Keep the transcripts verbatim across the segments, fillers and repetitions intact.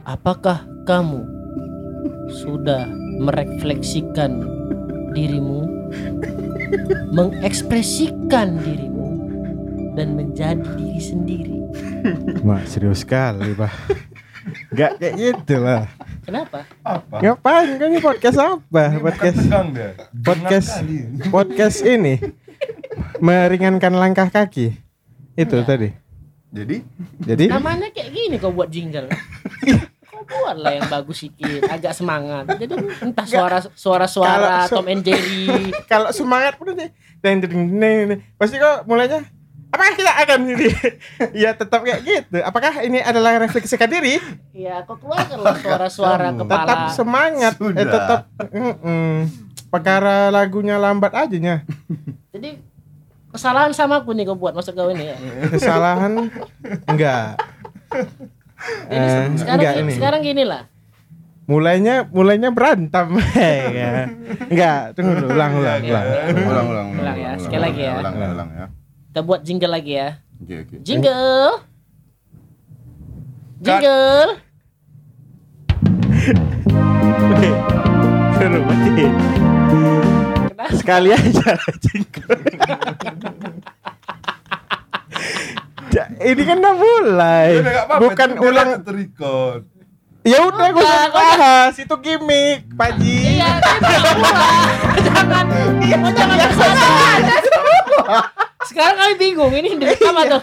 apakah kamu sudah merefleksikan dirimu, mengekspresikan dirimu, dan menjadi diri sendiri? Mak, serius sekali, Pak. Gak kayak gitu lah. Kenapa? Apa? Ngapain kan ini podcast apa? Ini Podcast bukan tegang deh. podcast Tenang kali. podcast ini meringankan langkah kaki. Itu Enggak. tadi. Jadi Jadi Namanya kayak gini kau buat jingle. Kau buatlah yang bagus sedikit, agak semangat. Jadi entah suara suara-suara Kalau su- Tom and Jerry. kalau semangat pun nih, deng deng deng, pasti kok mulainya. Apakah kita akan ini? Ya tetap kayak gitu. Apakah ini adalah refleksikan diri? Ya, kau keluarkanlah suara-suara Kamu. kepala. Tetap semangat. Eh, Sudah. tetap. Mm-mm. Perkara lagunya lambat aja nya. Jadi kesalahan sama aku nih kau buat masuk kau ini ya. Kesalahan enggak. Jadi Eh, sekarang enggak gi- ini. sekarang gini lah. Mulainya mulainya berantem. Ya. Enggak, tunggu dulu, ulang ulang Iya. ulang. ulang ulang Ulang ya, sekali lagi ya. Ulang ulang, ulang ya. Kita buat jingle lagi ya. Oke oke. Jingle. Jingle. Oke. Seru banget. Kenapa? Sekali aja jingle. Ja, ini kan udah mulai. Udah enggak apa-apa. Bukan itu ulang. kan terrecord. Ya udah gue Udah, udah bahas itu gimmick, Pak Ji. Iya, jangan. Oh, jangan kesana. Sekarang kami bingung ini direkam atau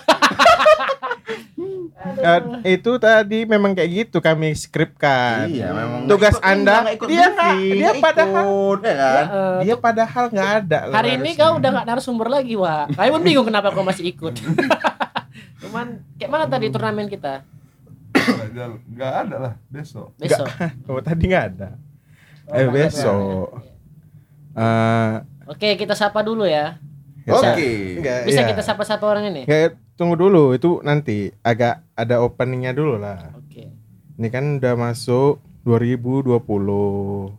Eh, itu tadi memang kayak gitu kami skripkan. Iya, memang. Tugas Nggak ikut- Anda, nggak ikut dia nggak- briefing, dia nggak padahal- ikut, ya kan? Eh, Dia padahal nggak ada. loh hari ini harusnya. kau udah gak narasumber lagi, Wak. Kami pun bingung kenapa kau masih ikut. Cuman kayak mana tadi turnamen kita? Nggak nggak ada lah besok. Besok. Oh, tadi nggak ada. Eh nggak ada. besok. Eh, Oke, kita sapa dulu ya. bisa- Oke. nggak, Bisa iya. kita sapa-sapa orang ini? Nggak, tunggu dulu, itu nanti agak ada openingnya dulu lah. Oke. Ini kan udah masuk dua ribu dua puluh.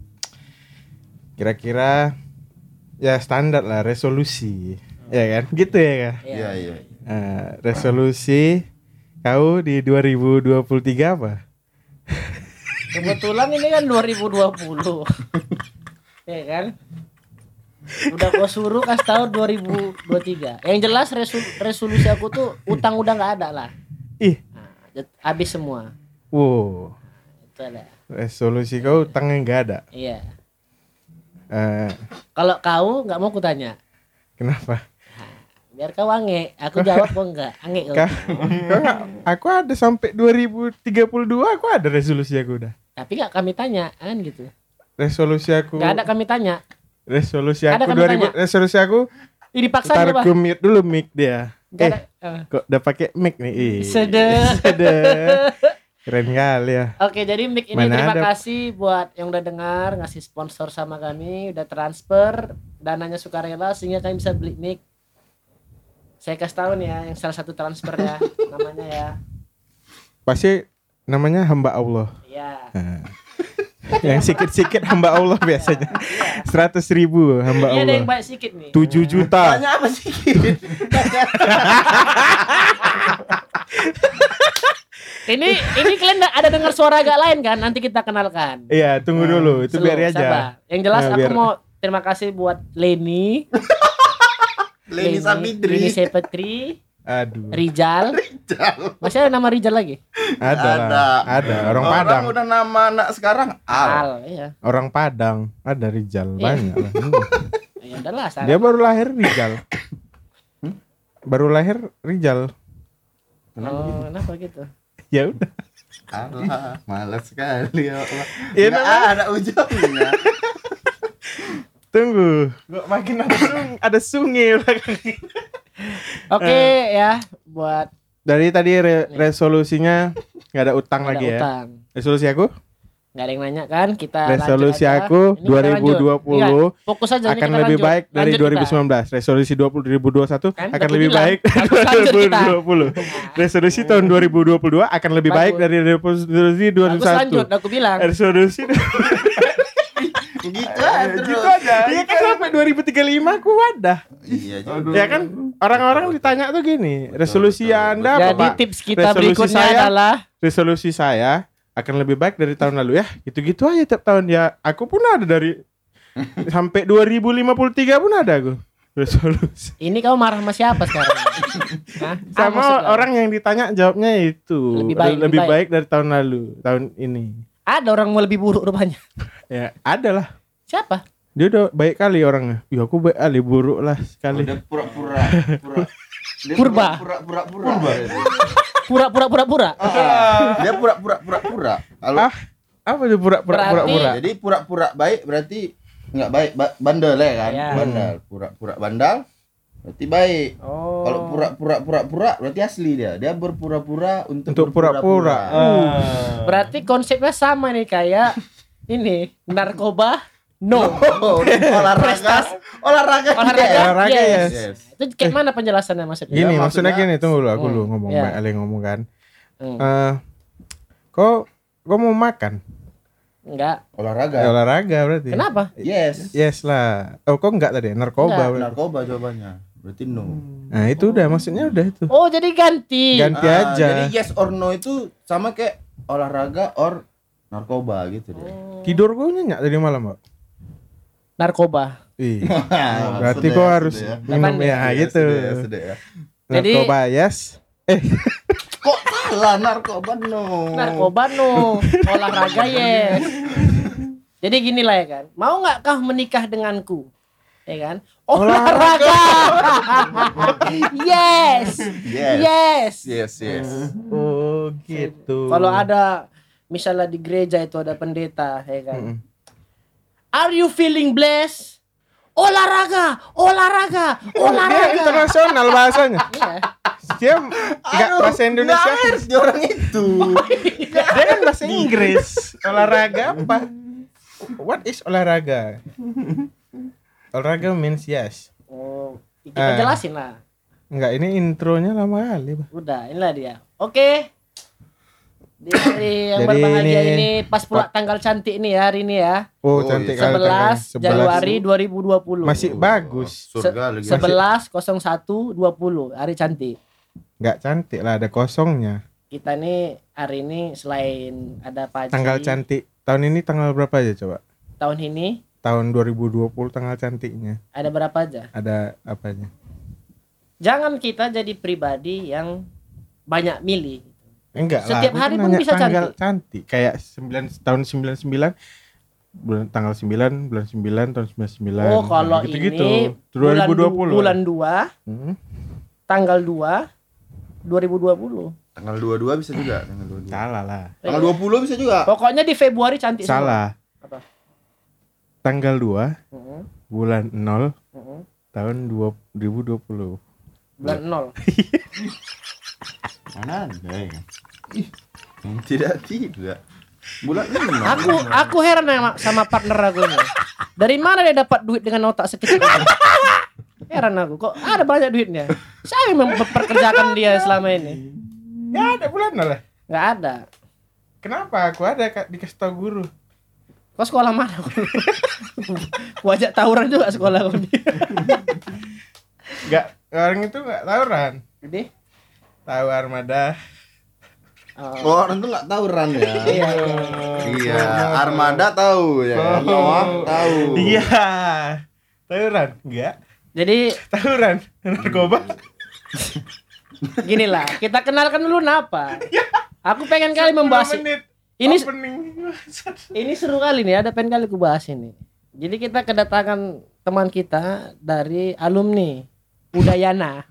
Kira-kira ya standar lah resolusi. Ya kan? Gitu ya kan? Iya iya. Eh, resolusi kau di dua ribu dua puluh tiga apa? Kebetulan ini kan dua ribu dua puluh. Ya kan? Udah kau suruh kasih tahu dua ribu dua puluh tiga. Yang jelas resu- resolusi aku tuh utang udah nggak ada lah. Ih, Nah, habis semua. wow. Itu ada. Resolusi kau utangnya nggak ada. Iya. Eh, Kalau kau nggak mau kutanya, kenapa? biar kau ange. Aku jawab kok enggak. Ange kau. Kau, kau nggak? Aku ada sampai dua ribu tiga puluh dua. Aku ada resolusi aku udah. Tapi nggak kami tanya, kan gitu. Resolusi aku. Nggak ada kami tanya. Resolusi Ada aku kami dua ribu. tanya. Resolusi aku. Ini paksa Ntar apa? gue mute dulu mic dia. Nggak Eh, ada. eh. kok udah pakai mic nih? Ih, Sedeh. sedeh. Keren kali ya. Oke, jadi mic ini Mana terima ada- kasih buat yang udah dengar, ngasih sponsor sama kami, udah transfer dananya sukarela sehingga kami bisa beli mic. Saya kasih tahu nih ya, yang salah satu transfer ya, namanya ya. Pasti namanya hamba Allah. Iya. Nah. Yang sikit-sikit hamba Allah biasanya. Seratus ribu hamba Ini ada yang Allah. baik sedikit nih. Tujuh juta. Tanya apa sih? Ini ini kalian nggak ada dengar suara agak lain kan? Nanti kita kenalkan. Iya, tunggu dulu. Itu Slow, biar aja. sabar. Yang jelas Nah, aku biar- mau terima kasih buat Leni, Leni Sapitri. Leni Sapitri, Aduh. Rijal. Masih ada nama Rijal lagi? Ada. lah. Ada. Ada. Orang Padang. udah nama anak sekarang Al. Al, iya. Orang Padang. Ada Rijal. Iya. Banyak lah. Hmm. Ya udahlah, saya. Dia baru lahir Rijal. Baru lahir Rijal. Oh, kenapa gitu? Ya udah. Allah, malas sekali ya Allah. Ya, Nggak namanya- ada ujungnya. Tunggu. Gua makin ada sung, ada sungai belakang. Oke Eh. ya, buat Dari tadi re- resolusinya nggak ada utang nggak lagi ada ya. utang. Resolusi aku? Nggak ada yang nanya kan? Kita Resolusi lanjut aja. aku Ini kita dua ribu dua puluh lanjut. Iya, fokus aja ini akan kita lebih lanjut. baik dari Lanjut dua ribu kita. sembilan belas. Resolusi dua ribu dua puluh satu Kan, akan udah lebih aku bilang. baik Bagus, dari lanjut dua ribu kita. dua puluh. Resolusi tahun dua ribu dua puluh dua akan lebih baik Bagus. dari resolusi dua ribu Bagus satu. lanjut, aku bilang. Resolusi Begitu aja terus. gitu aja. Iya kan sampai dua ribu tiga puluh lima aku ada. Iya juga. Ya kan orang-orang ditanya tuh gini, resolusi betul, Anda betul. apa, Jadi Pak? tips kita Resolusi berikutnya saya- adalah Resolusi saya akan lebih baik dari tahun lalu ya. Gitu-gitu aja tiap tahun ya. Aku pun ada dari sampai dua ribu lima puluh tiga pun ada aku resolusi. Ini kamu marah sama siapa sekarang? Hah? Ah, Sama maksudnya? orang yang ditanya jawabnya itu Lebih baik, lebih, lebih baik. baik dari tahun lalu, tahun ini. Ada orang mau lebih buruk rupanya. Ya, ada lah. Siapa? Dia udah baik kali orangnya. Ya aku baik kali, buruk lah sekali. Udah pura-pura pura. Dia Purba. Pura-pura pura. Pura-pura pura-pura. Dia pura-pura pura-pura. Kalau Ah, apa tuh pura-pura Berarti- pura-pura? jadi pura-pura baik berarti enggak baik, ba- bandel ya kan? Iya. Bandel, pura-pura bandal berarti baik. Oh. Kalau pura-pura pura-pura berarti asli dia. Dia berpura-pura untuk, Untuk pura-pura. berpura-pura. Berarti konsepnya sama nih kayak ini narkoba. No. Oh, olahraga. Prestasi. Olahraga. Olahraga. yes. Olahraga, yes. yes. Yes. Itu kayak mana penjelasannya maksudnya? Gini, Ya, maksudnya maksudnya- gini, tunggu dulu aku Hmm, dulu ngomong, iya. Mbak Ali ngomong kan. Hmm. Eh, kok kok mau makan? Enggak. Olahraga. Ya, olahraga berarti. Kenapa? Yes. Yes lah. Oh, kok enggak tadi? Narkoba. Enggak. berarti. Narkoba jawabannya. Berarti no. Nah, itu udah maksudnya udah itu. Oh, jadi ganti. Ganti Ah, aja. Jadi yes or no itu sama kayak olahraga or narkoba gitu deh. Tidur gue nyenyak tadi malam, Mbak. Narkoba. Ih. Ah, Berarti sudah, kok sudah harus ya. minum Delapan ya, Ya, gitu. sudah ya, sudah ya. Jadi- Narkoba yes. Eh, Kok salah narkoba no? Narkoba no. Olahraga yes. Jadi gini lah ya kan. Mau nggak kau menikah denganku? Ya kan? Olahraga. yes. Yes. Yes. Yes, yes. oh gitu. Kalau ada misalnya di gereja itu ada pendeta, ya kan. Mm-mm. Are you feeling blessed? Olahraga, olahraga, Dia olahraga. internasional bahasanya. Iya. Dia enggak bahasa Indonesia. Nggak ngerti orang itu. Dia kan bahasa Inggris. Olahraga apa? What is olahraga? Olahraga means yes. Oh, kita Eh. jelasin lah. Enggak, ini intronya lama kali, Pak. Udah, inilah dia. Oke. Di hari yang Jadi berbahagia ini- ini, pas pula tanggal cantik nih ya hari ini ya. Oh, Oh, cantik iya. kali sebelas tanggalnya. Januari dua ribu dua puluh. Masih bagus. Surga lagi. sebelas nol satu dua puluh hari cantik. Enggak cantik lah, ada kosongnya. Kita nih hari ini selain ada Paji, Tanggal cantik. Tahun ini tanggal berapa aja coba? tahun ini Tahun dua ribu dua puluh tanggal cantiknya. ada berapa aja? Ada apanya? Jangan kita jadi pribadi yang banyak milih. Enggak lah. Setiap aku hari tuh pun nanya bisa tanggal cantik. Kayak sembilan tahun sembilan puluh sembilan bulan tanggal sembilan bulan sembilan tahun sembilan puluh sembilan. Oh, kalau Nah, ini dua ribu dua puluh. bulan dua, Hmm. tanggal dua dua ribu dua puluh. Tanggal dua puluh dua bisa juga, tanggal dua puluh dua. Salah lah. Tanggal dua puluh bisa juga. Pokoknya di Februari cantik semua. Salah. Apa? Tanggal dua Heeh, bulan nol heeh. tahun dua ribu dua puluh. Bulan nol. Mana ada ya? Ih, tidak tidak. Bulan lima. Aku aku heran sama, sama partner aku ini. Dari mana dia dapat duit dengan otak sekecil ini? Heran aku, kok ada banyak duitnya. Siapa yang memperkerjakan dia selama ini? Ya ada bulan nol lah. Nggak ada. Kenapa? Aku ada Kak, dikasih tau guru. Kau sekolah mana? Ku ajak tawuran juga sekolah kau ini. Enggak, orang itu enggak tawuran. Jadi, Tahu armada. oh, Oh, orang tuh nggak tahu Ran ya. iya. Iya, Armada tahu ya. kan? Noah tahu. Iya. Tawuran? Enggak. Jadi Tawuran. Narkoba. gini lah, kita kenalkan dulu Napa. Aku pengen kali membahas sepuluh menit ini. opening. Ini seru kali nih, ada pengen kali ku bahas ini. Jadi kita kedatangan teman kita dari alumni Udayana.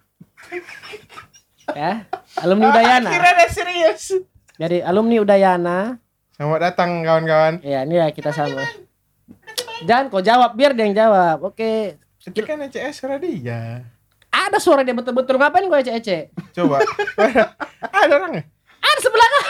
Ya, alumni Udayana. Kira ada serius. Dari alumni Udayana. Selamat datang kawan-kawan. Ya, ini ya kita sama. Jangan kau jawab, biar dia yang jawab. Oke. Itu kan E C S suara dia. Ada suara dia betul-betul, ngapain gue ece-ece? Coba. Ada orangnya? Ada sebelah kah?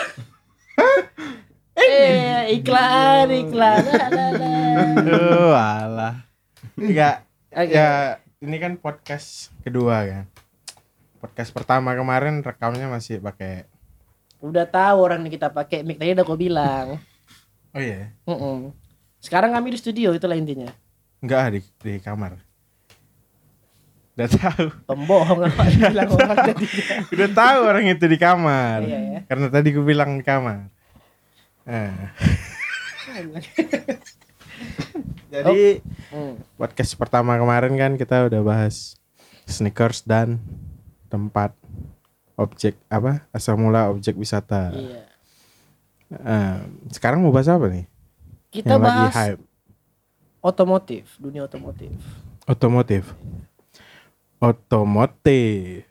Eh, iklan, iklan. Lah, lah, lah. Aduh, alah. Enggak. Oke. Ya, ini kan podcast kedua kan. Podcast pertama kemarin rekamnya masih pakai. Udah tahu orang nih kita pakai mic tadi udah kau bilang. Oh iya. Mm-mm. Sekarang kami di studio, itulah intinya. Enggak di di kamar. Udah tahu. Pembohong apa bilang orang tadi. Udah tahu orang itu di kamar. Iya, ya. Karena tadi gue bilang di kamar. Nah. Jadi Hmm. podcast pertama kemarin kan kita udah bahas sneakers dan tempat objek apa asal mula objek wisata. Iya. Nah, sekarang mau bahas apa nih? Kita Yang lagi bahas hype. otomotif, dunia otomotif. Otomotif. Otomotif.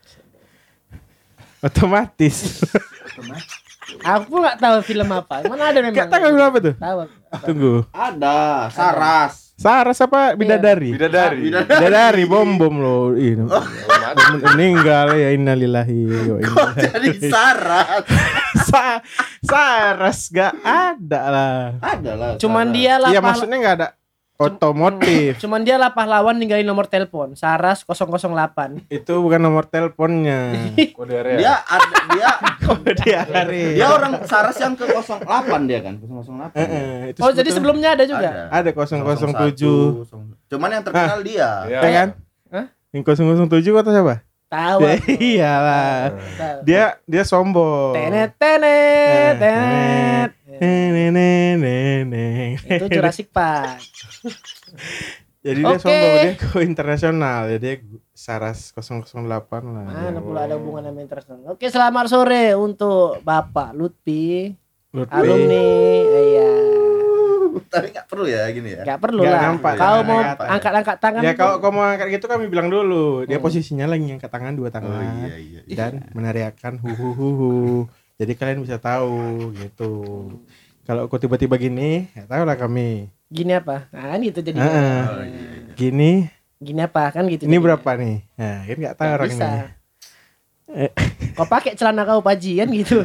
Otomatis. Aku nggak tahu film apa. Mana ada memang? Gak tahu film apa tuh? Tahu. Tunggu. Ada, Saras. Saras apa bidadari? Bidadari. Bidadari bom bom lo. Ini meninggal ya innalillahi wa inna Kok jadi Saras? Sa- Saras gak ada lah. Ada lah. Cuman Saras. dia lah. Iya pahla- maksudnya gak ada otomotif. Cuman dia lah pahlawan ninggalin nomor telepon. Saras nol nol delapan. Itu bukan nomor teleponnya. Kode area. Dia ada dia Dia hari. dia orang Saras yang ke nol delapan dia kan, nol nol delapan. Eh, eh, itu Oh, jadi sebetulnya sebelumnya ada juga. ada nol nol tujuh. Cuman yang terkenal dia. Iya. Ya kan? Hah? Yang nol nol tujuh kata siapa? Tahu. Ya, aku. iyalah. Tahu. Dia dia sombong. Tenet tenet tenet. Neneng. Itu Jurassic Park. Jadi dia Oke. sombong, dia go internasional. Jadi dia Saras nol nol delapan lah. Mana pula ada hubungan sama internasional. Oke, selamat sore untuk Bapak Lutfi, Lutfi. alumni. Iya. Tapi enggak perlu ya gini ya. Enggak perlu Nggak lah. nampak, Kau nggak mau nampak. angkat-angkat tangan. Ya tuh. kalau kau mau angkat gitu kami bilang dulu. Dia Hmm. posisinya lagi angkat tangan dua tangan. Oh iya iya. iya. Dan meneriakkan hu hu hu hu. Jadi kalian bisa tahu gitu. Kalau kau tiba-tiba gini, ya tahu lah kami. Gini apa? Nah, kan gitu jadi. Heeh. Oh, iya, iya. Gini, Gini apa? Kan gitu. ini jadinya. berapa nih? Nah, kan nggak tahu Nggak orang bisa. ini. Eh. Kau pakai celana kau paji kan gitu.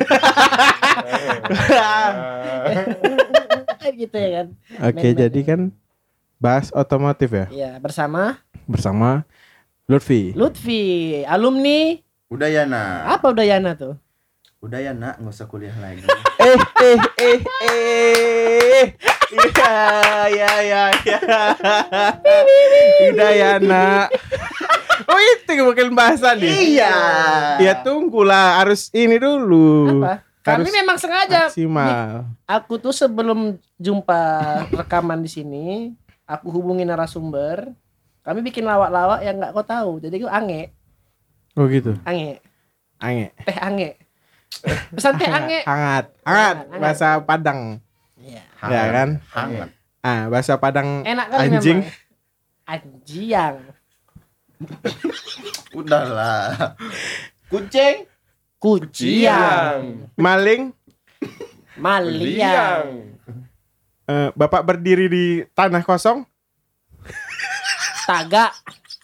gitu ya kan. Oke, Men-men. jadi kan bahas otomotif ya Iya, bersama bersama Lutfi. Lutfi, alumni Udayana. apa Udayana tuh? Udayana nggak usah kuliah lagi. Eh eh eh eh. Iya, ya ya ya. Udayana. Oh itu bukan bahasa nih. Iya. Ya tunggulah, harus ini dulu. Apa? Kami Harus memang sengaja. maksimal. Aku tuh sebelum jumpa rekaman di sini, aku hubungi narasumber. Kami bikin lawak-lawak yang nggak kau tahu. Jadi gue ange, Oh gitu. ange, Ange. teh ange. Pesan teh ange. Hangat. Hangat Hangat. bahasa Padang. Iya. Ya kan? Hangat. Ah, bahasa Padang Enak kali anjing. memang. Anjiang. Udahlah. Kucing. Kuciang. Maling. Maliang. Eh, Bapak berdiri di tanah kosong. Tagak.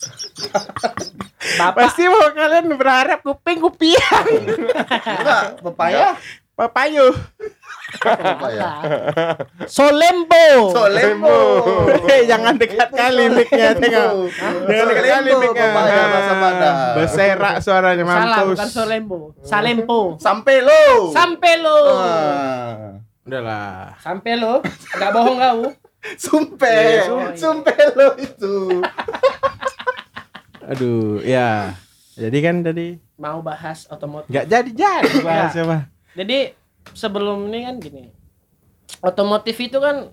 Bapak Pasti mau kalian berharap kuping kupiang. Enggak, pepaya. Papayuh. Pepaya. Solembo. Solembo. Hei, jangan dekat kali mic-nya, tengok. Jangan dekat kali Solembo, mic-nya. pepaya bahasa Padang. Berserak suaranya Salah, mampus. bukan Solembo. Salempo. Sampai lo. Sampai lo. Ah. Udahlah. Sampai lo. Enggak bohong kau. Sumpe. Iya. Sumpe lo itu. Aduh, ya. Jadi kan tadi Mau bahas otomotif. nggak jadi-jadi bahas Ya. apa. Jadi sebelum ini kan gini. Otomotif itu kan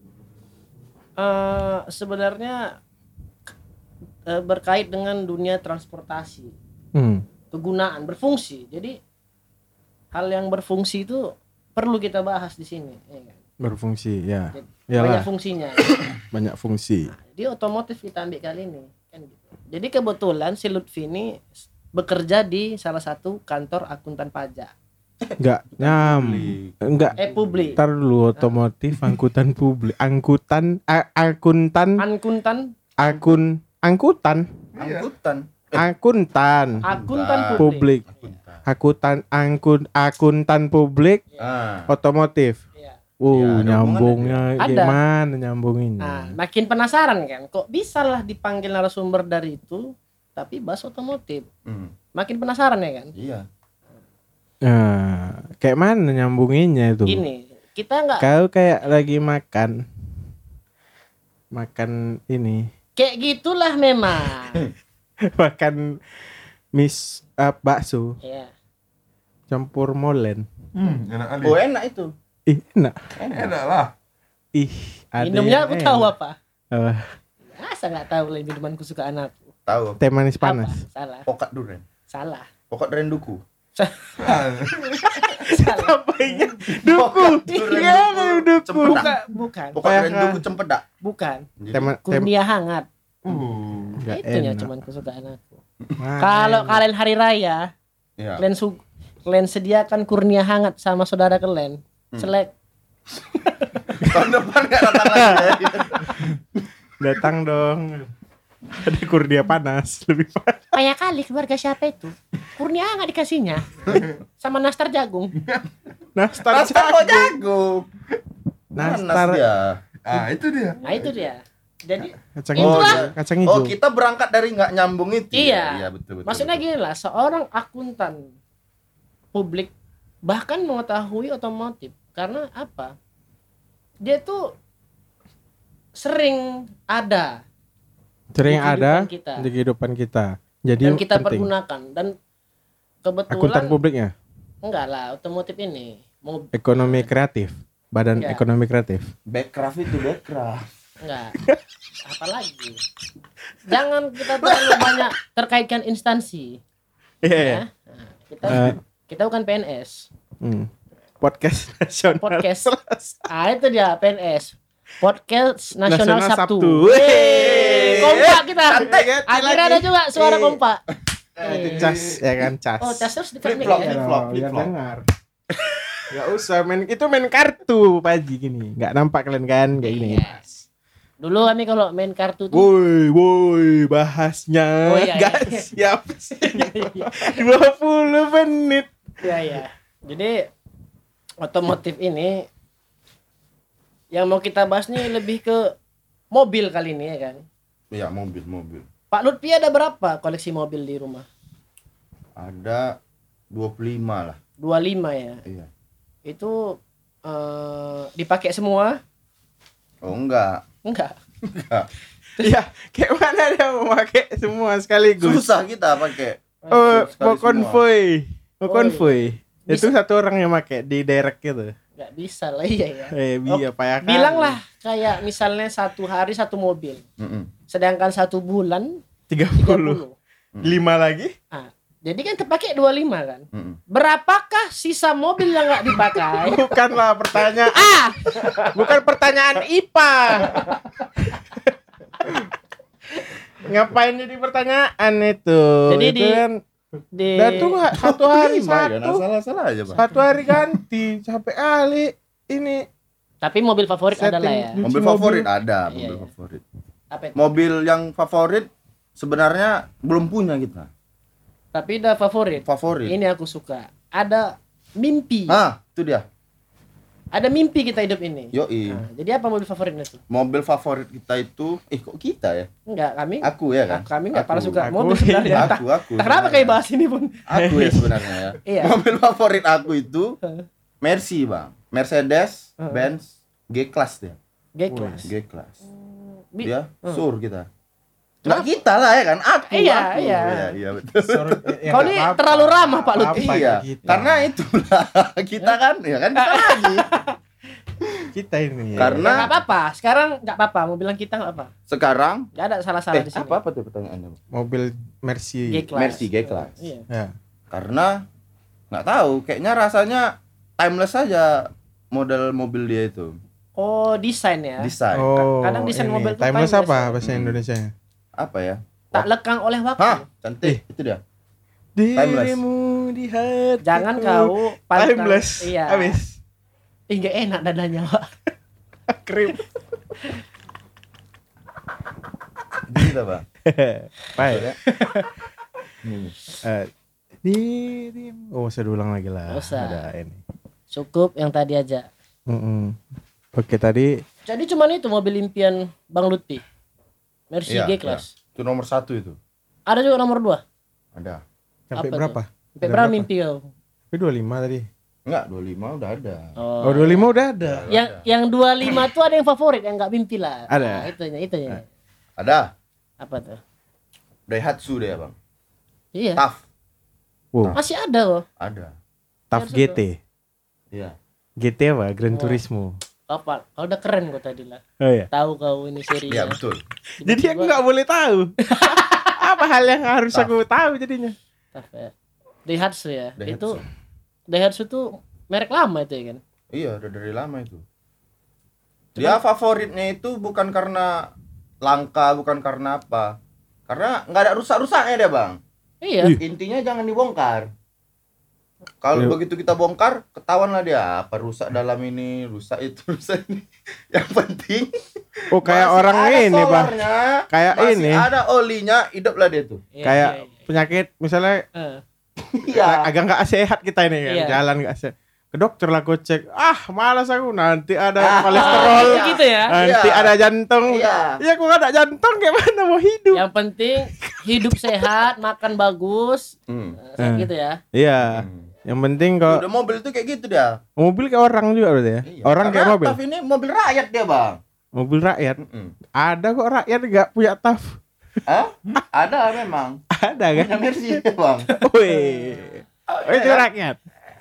eh sebenarnya eh, berkait dengan dunia transportasi, Hmm. kegunaan, berfungsi. Jadi hal yang berfungsi itu perlu kita bahas di sini, ya kan? Berfungsi, ya. Banyak Iyalah, fungsinya. banyak fungsi. Nah, jadi otomotif kita ambil kali ini kan gitu. Jadi kebetulan si Lutfi ini bekerja di salah satu kantor akuntan pajak. Enggak nyam. Enggak. Eh publik. Ntar dulu otomotif angkutan publik, angkutan a- akuntan Akuntan akun angkutan Angkutan. akuntan akuntan publik publik. akuntan angkun akuntan publik Ah. otomotif. Iya. Uh, Ya, ada nyambungnya Ada. gimana nyambunginnya? Nah, makin penasaran kan, kok bisa lah dipanggil narasumber dari itu tapi bahas otomotif. Hmm. Makin penasaran ya kan? Iya. Nah, kayak mana nyambunginnya itu? Gini, kita nggak Kau kayak lagi makan makan ini kayak gitulah memang. makan mis uh, bakso Ya. campur molen. Hmm, enak kali. Oh enak itu. Ih, enak. Enak lah. Ih, ada Minumnya yang aku tahu enak. apa. Apa? Masa nggak tahu lah minuman kesukaan aku. Tahu. Teh manis Apa? panas. Salah. Pokat durian. Salah. Pokat durian duku. Salah. Apa ini? Duku. Iya, duku. Cempedak. Bukan, bukan. Pokat durian Apa? duku cempedak. Bukan. Jadi, Teh ma- teh- Kurnia hangat. uh. Nggak Itunya enak. cuman kesukaan aku. Mana Kalau enak. kalian hari raya, Ya. kalian su kalian sediakan kurnia hangat sama saudara kalian. Hmm. Selek. Tahun depan enggak datang lagi. Ya. Datang dong. Ada kurnia panas lebih panas. Kayak kali keluarga siapa itu? Kurnia hangat dikasihnya. Sama nastar jagung. Nastar Nastar kok jagung. jagung. Nastar. Panas dia. Ah, itu dia. Nah itu dia. Jadi Kacang Itulah. hijau. Kacang hijau. Oh, kita berangkat dari nggak nyambung itu. Iya. ya? Iya, betul betul. maksudnya betul. gini lah, seorang akuntan publik bahkan mengetahui otomotif karena apa? Dia tuh sering ada Sering di kehidupan ada kita. di kehidupan kita. Jadi dan kita penting. pergunakan dan kebetulan Akuntan publiknya, enggak lah otomotif ini mau ekonomi kreatif, badan Iya. ekonomi kreatif. Backcraft itu backcraft. enggak apalagi jangan kita terlalu banyak terkaitkan instansi Iya. ya. Nah, kita Eh. kita bukan P N S Hmm. Podcast nasional. podcast ah itu dia P N S podcast nasional, Nasional Sabtu, Sabtu. Yeay, kompak kita Cantik, cantik akhirnya lagi. ada juga suara Eh. kompak. Nah, itu cas ya kan cas. Oh cas terus dekat mic Flip-flop, ya. flip-flop, Oh, biar flip-flop. dengar. Gak usah main itu main kartu Paji gini. Gak nampak kalian kan kayak gini. Yes. Dulu kami kalau main kartu tuh Woi, woi, bahasnya Oh, iya, gak iya. siap. dua puluh menit. ya ya. Jadi otomotif ini yang mau kita bahas nih lebih ke mobil kali ini ya kan. Iya, mobil, mobil. Pak Lutfi ada berapa koleksi mobil di rumah? Ada dua puluh lima lah. dua puluh lima ya. Iya. Itu eh, dipakai semua? Oh, enggak. Enggak. Enggak. Iya, kayak mana dia mau pakai semua sekaligus. Susah kita pakai. Oh, Sekali mau semua. konvoy. Mau Oh, konvoy. iya. Itu Bisa. satu orang yang pakai di direct gitu. Enggak bisa lah iya ya. Eh, biar payah kali. Bilanglah kayak misalnya satu hari satu mobil. Mm-mm. Sedangkan satu bulan tiga tiga puluh. puluh. lima lagi? Ah, jadi kan terpakai dua puluh lima kan. Mm-mm. Berapakah sisa mobil yang nggak dipakai? Bukanlah pertanyaan. ah, Bukan pertanyaan I P A. Ngapain jadi pertanyaan itu? Jadi itu di- kan di dan tuh nggak satu hari Lima, ya, nah, satu salah-salah aja, Bang. satu hari ganti sampai kali ini tapi mobil favorit setting adalah ya. cuci Mobil mobil. favorit ada, Iya, mobil iya. favorit. Apa itu? Mobil yang favorit sebenarnya belum punya kita. Tapi udah favorit. Favorit. Ini aku suka. Ada mimpi. Ah, itu dia. Ada mimpi kita hidup ini. Yoi. Nah, jadi apa mobil favoritnya tuh? Mobil favorit kita itu, eh kok kita ya? Enggak, kami. Aku ya kan? Kami enggak Aku. pernah suka Aku, mobil iya. sebenarnya. Entah- Aku, aku. entah kenapa sebenarnya. kayak bahas ini pun. Aku ya sebenarnya ya. Iya. Mobil favorit aku itu Mercy, Bang. Mercedes Heeh. Benz G-Class dia. G-Class. G-Class. Bi- Dia Hmm. sur kita. Enggak kita lah ya kan? Aku. Iya, aku. iya. Iya, iya betul. Sorry, ya Kau nggak ini apa-apa. terlalu ramah, Pak Lutfi. Apa-apa Iya, kita. karena itulah kita kan, ya kan kita lagi. kita ini ya. Karena Enggak apa-apa. Sekarang enggak apa-apa. Mau bilang kita enggak apa. sekarang Enggak ada salah-salah eh di sini. apa apa tuh pertanyaannya? Bang? mobil Mercy. G-Class. Mercy G-Class. Iya. Ya. Karena nggak tahu, kayaknya rasanya timeless aja model mobil dia itu. Oh, desain ya. Desain. Oh, Kadang desain ini. mobil tuh timeless timeless apa ya. bahasa Hmm. Indonesia? Apa ya? Tak lekang oleh waktu. Hah, cantik. Itu dia. Timeless. Dirimu di hati. Jangan kau pantang- timeless. Iya. Habis. Ih, nggak enak dadanya, Pak. Krim. Gila, Bang. Baik. Ya. Hmm. Eh, dirimu. Oh, saya ulang lagi lah. Nggak usah. Ada ini. Cukup yang tadi aja. Mm-mm. Oke, tadi Jadi cuman itu mobil impian Bang Lutfi. Mercy Iya, G-Class. iya. Itu nomor satu itu. Ada juga nomor dua. Ada. sampai Apa berapa? Sampai berapa mimpi kau? Sampai dua puluh lima tadi. Enggak, dua puluh lima udah ada. Oh, dua puluh lima udah ada. Yang yang dua puluh lima tuh ada yang favorit yang enggak mimpi lah. Ada. Nah, itunya, itunya. Ada. Apa tuh? Daihatsu dia, Bang. Iya. Tough. Wow, Masih ada loh. Ada. Tough Iya, G T. Iya. G T apa? Gran Wah. Turismo. Apa? Kau udah keren kau tadi lah. Oh ya. Tahu kau ini seri. Iya betul. Jadi aku nggak boleh tahu. Apa hal yang harus Tough. aku tahu jadinya? Tough ya. Daihatsu ya. Daihatsu. Itu Daihatsu tuh merek lama itu ya kan. Iya, udah dari lama itu. Dia favoritnya itu bukan karena langka, bukan karena apa. Karena nggak ada rusak-rusaknya dia, Bang. Iya. Ih. Intinya jangan dibongkar. Kalau Iya. begitu kita bongkar, ketahuan lah dia apa rusak dalam ini, rusak itu, rusak ini. Yang penting Oh kayak masih orang ada ini, Bang. solarnya, Kayak masih ini. ada olinya, hiduplah dia tuh. Iya, Kayak iya, iya. penyakit misalnya Eh, Iya. agak nggak sehat kita ini kan, Iya. jalan nggak sehat. Ke dokter lah gue cek. Ah, malas aku nanti ada Ah, kolesterol. iya. Gitu ya. Nanti Iya. ada jantung. Iya. Ya aku nggak ada jantung gimana mau hidup? Yang penting hidup sehat, makan bagus, Hmm. eh, Eh. gitu ya. Iya. Hmm. Yang penting kalau Udah mobil tuh kayak gitu dia. mobil kayak orang juga berarti ya. Iya. Orang kayak Karena mobil. Taf ini mobil rakyat dia, Bang. Mobil rakyat. Mm-mm. Ada kok rakyat nggak punya taf. Hah? Ada memang. Ada kan? Punya Mercy dia, Bang. Wih. Oh, itu rakyat.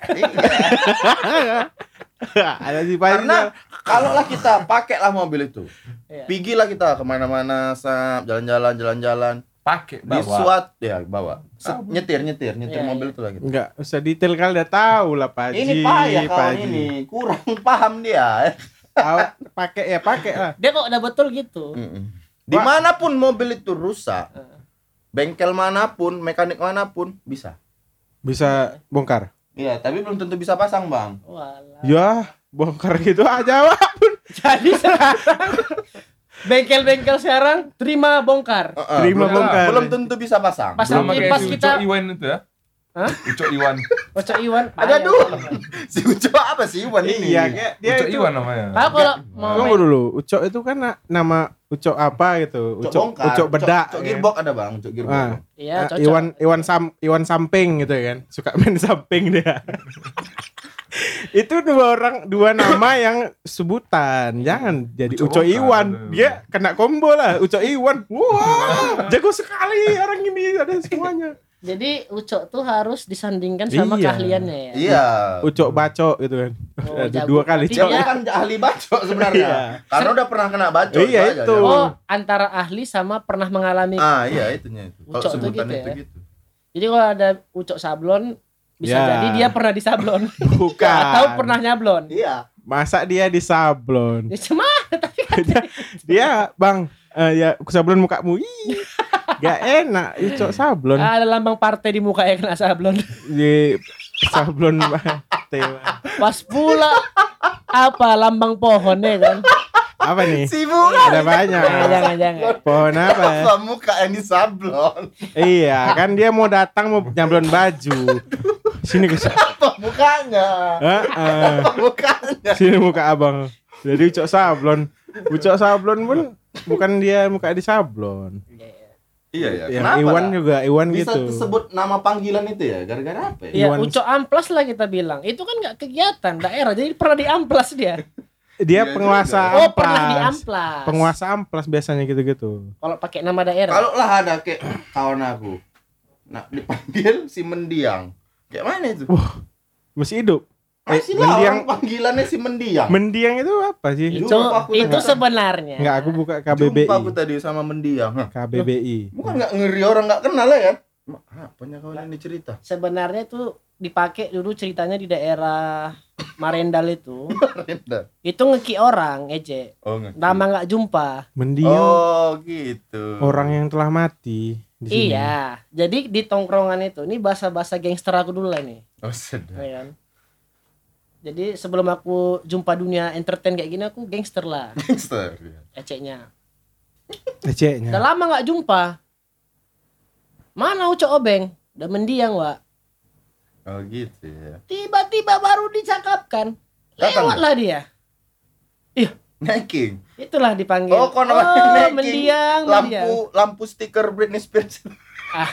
Iya. Ada sih Karena kalau lah kita pakailah mobil itu, Iya. pigilah kita kemana-mana, sap, jalan-jalan, jalan-jalan, Pakai di bawa. SWAT ya bawa, Set, nyetir, nyetir, nyetir Iya, mobil iya. itu lah gitu. enggak usah detail kali udah tahu lah Pak Haji. Ini payah Pak kawan Haji. ini, kurang paham dia. Tahu, pakai ya pakai lah. Dia kok udah betul gitu. Mm-mm. Dimanapun mobil itu rusak, Eh, bengkel manapun, mekanik manapun bisa. Bisa bongkar. Iya, tapi belum tentu bisa pasang, Bang. Walah. Ya, bongkar gitu aja Pak. Jadi sekarang bengkel-bengkel sekarang terima bongkar. Uh-uh, Terima belum, bongkar. belum tentu bisa pasang. Pasang Sama di kayak pas si kita. Ucok Iwan itu ya. Hah? Ucok Iwan. Ocok Iwan. Ada payah. dua. Si Uco apa sih Iwan ini? Iya, kayak dia Ucok itu. Iwan namanya. Kau kalau mau Tunggu main- dulu, Ucok itu kan na- nama Ucok apa gitu? Ucok Ucok bongkar. Ucok bedak. Ucok ya. gearbox ada, Bang. Ucok gearbox. Ah. Iya, Ah, cocok. Iwan Iwan Sam Iwan samping gitu ya kan. Suka main samping dia. Itu dua orang dua nama yang sebutan. Jangan jadi Ucok Ucok bongkar. Iwan. Dia kena combo lah Ucok Iwan. Wah, jago sekali orang ini ada semuanya. Jadi Ucok tuh harus disandingkan sama Iya. keahliannya ya. Iya. Ucok bacok gitu kan. Oh, ada jago. dua kali Berarti Dia cok. dia- kan ahli bacok sebenarnya. Iya. Karena udah pernah kena bacok. Iya, aja, itu. ya. Oh, antara ahli sama pernah mengalami. Ah, iya itunya itu. Kalau Ucok tuh sebutan gitu itu ya. gitu. Jadi kalau ada Ucok sablon bisa Ya. jadi dia pernah disablon Bukan. atau pernah nyablon. Iya. Masa dia di sablon. Ya cuma tapi kan Dia, Bang, eh, ya sablon mukamu. Ih, gak enak Ucok sablon. ada lambang partai di muka ya kena sablon. Di sablon Tewa. Pas pula apa lambang pohon ya kan? Apa nih? Sibuk Ada banyak. Jangan jangan jangan. Pohon apa? apa muka yang disablon? Iya, kan dia mau datang mau nyablon baju. Sini ke Apa mukanya? Heeh. Apa mukanya? Sini muka abang. Jadi Ucok sablon. Ucok sablon pun bukan dia muka di sablon. Iya ya. Yang Kenapa Iwan lah? juga Iwan Bisa gitu. disebut nama panggilan itu ya? Gara-gara apa ya? Ya Iwan- Ucok amplas lah kita bilang. Itu kan nggak kegiatan daerah. Jadi pernah diamplas dia. Dia Iya penguasa juga. Oh, pernah amplas. diamplas. Penguasa amplas biasanya gitu-gitu. Kalau pakai nama daerah. Kalau lah ada kayak kawan aku. Nah, dipanggil si mendiang. Kayak mana itu? Masih hidup. Eh, Masih lah mendiang orang panggilannya si mendiang. mendiang itu apa sih? itu Jumpa aku itu dengan- sebenarnya. Enggak, aku buka K B B Jumpa aku I. tadi sama mendiang. Hah, K B B I. bukan nggak ngeri orang nggak kenal ya kan? Apanya kawan ini cerita? Sebenarnya itu dipakai dulu ceritanya di daerah Marendal itu. Renda. Itu ngeki orang, Ece. Oh, ngerti. Lama nggak jumpa. Mendiang Oh, gitu. orang yang telah mati di sini. Iya. Jadi di tongkrongan itu, ini bahasa-bahasa gangster aku dulu lah nih. Oh, sedap. Ya kan? Jadi sebelum aku jumpa dunia entertain kayak gini, aku gangster lah, Gangster. ya. Eceknya. Udah Eceknya. lama nggak jumpa. Mana Ucok Obeng? Udah mendiang, Wak. Oh, gitu ya. Tiba-tiba baru dicakapkan. Datang. Lewatlah dia. Naiking. Itulah dipanggil. Oh, kok namanya oh, Naiking? mendiang, Lampu mendiang. lampu stiker Britney Spears. Ah.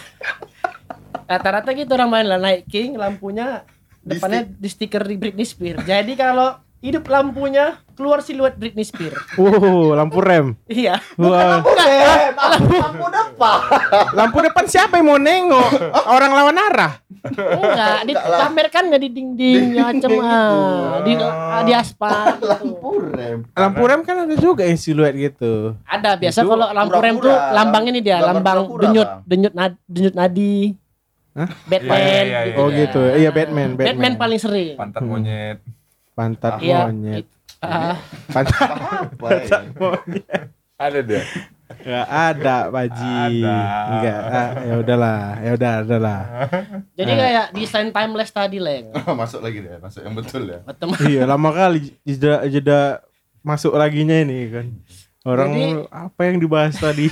Rata-rata gitu orang main lah, naik king lampunya Di depannya di stiker di Britney Spears. Jadi kalau hidup lampunya, keluar siluet Britney Spears. Wow, lampu rem. Iya. Wah, Eh, lampu depan. lampu depan siapa yang mau nengok? Orang lawan arah. Enggak, Enggak lah. dipamerkan enggak di dinding macam ah, di di aspal. gitu. Lampu rem. Lampu rem kan ada juga yang siluet gitu. Ada biasa Itu kalau lampu rem tuh pura-pura. lambang ini dia, Gambar lambang pura-pura, denyut, Bang. denyut nad, denyut nadi. Hah? Batman. Iya, iya, iya, Oh iya. gitu. Iya Batman, Batman. Batman paling sering. Pantat Hmm. monyet. Pantat Iya. monyet. it- ah, Pantat Apa ya? monyet. Ada deh. Enggak ada, Baji. Ada. Enggak. Ah, ya udahlah, ya udah, udahlah. jadi kayak desain timeless tadi, Leng. Masuk lagi deh, masuk yang betul ya. Ketemu. Iya, lama kali jeda jeda masuk laginya ini kan. Orang Jadi- apa yang dibahas tadi?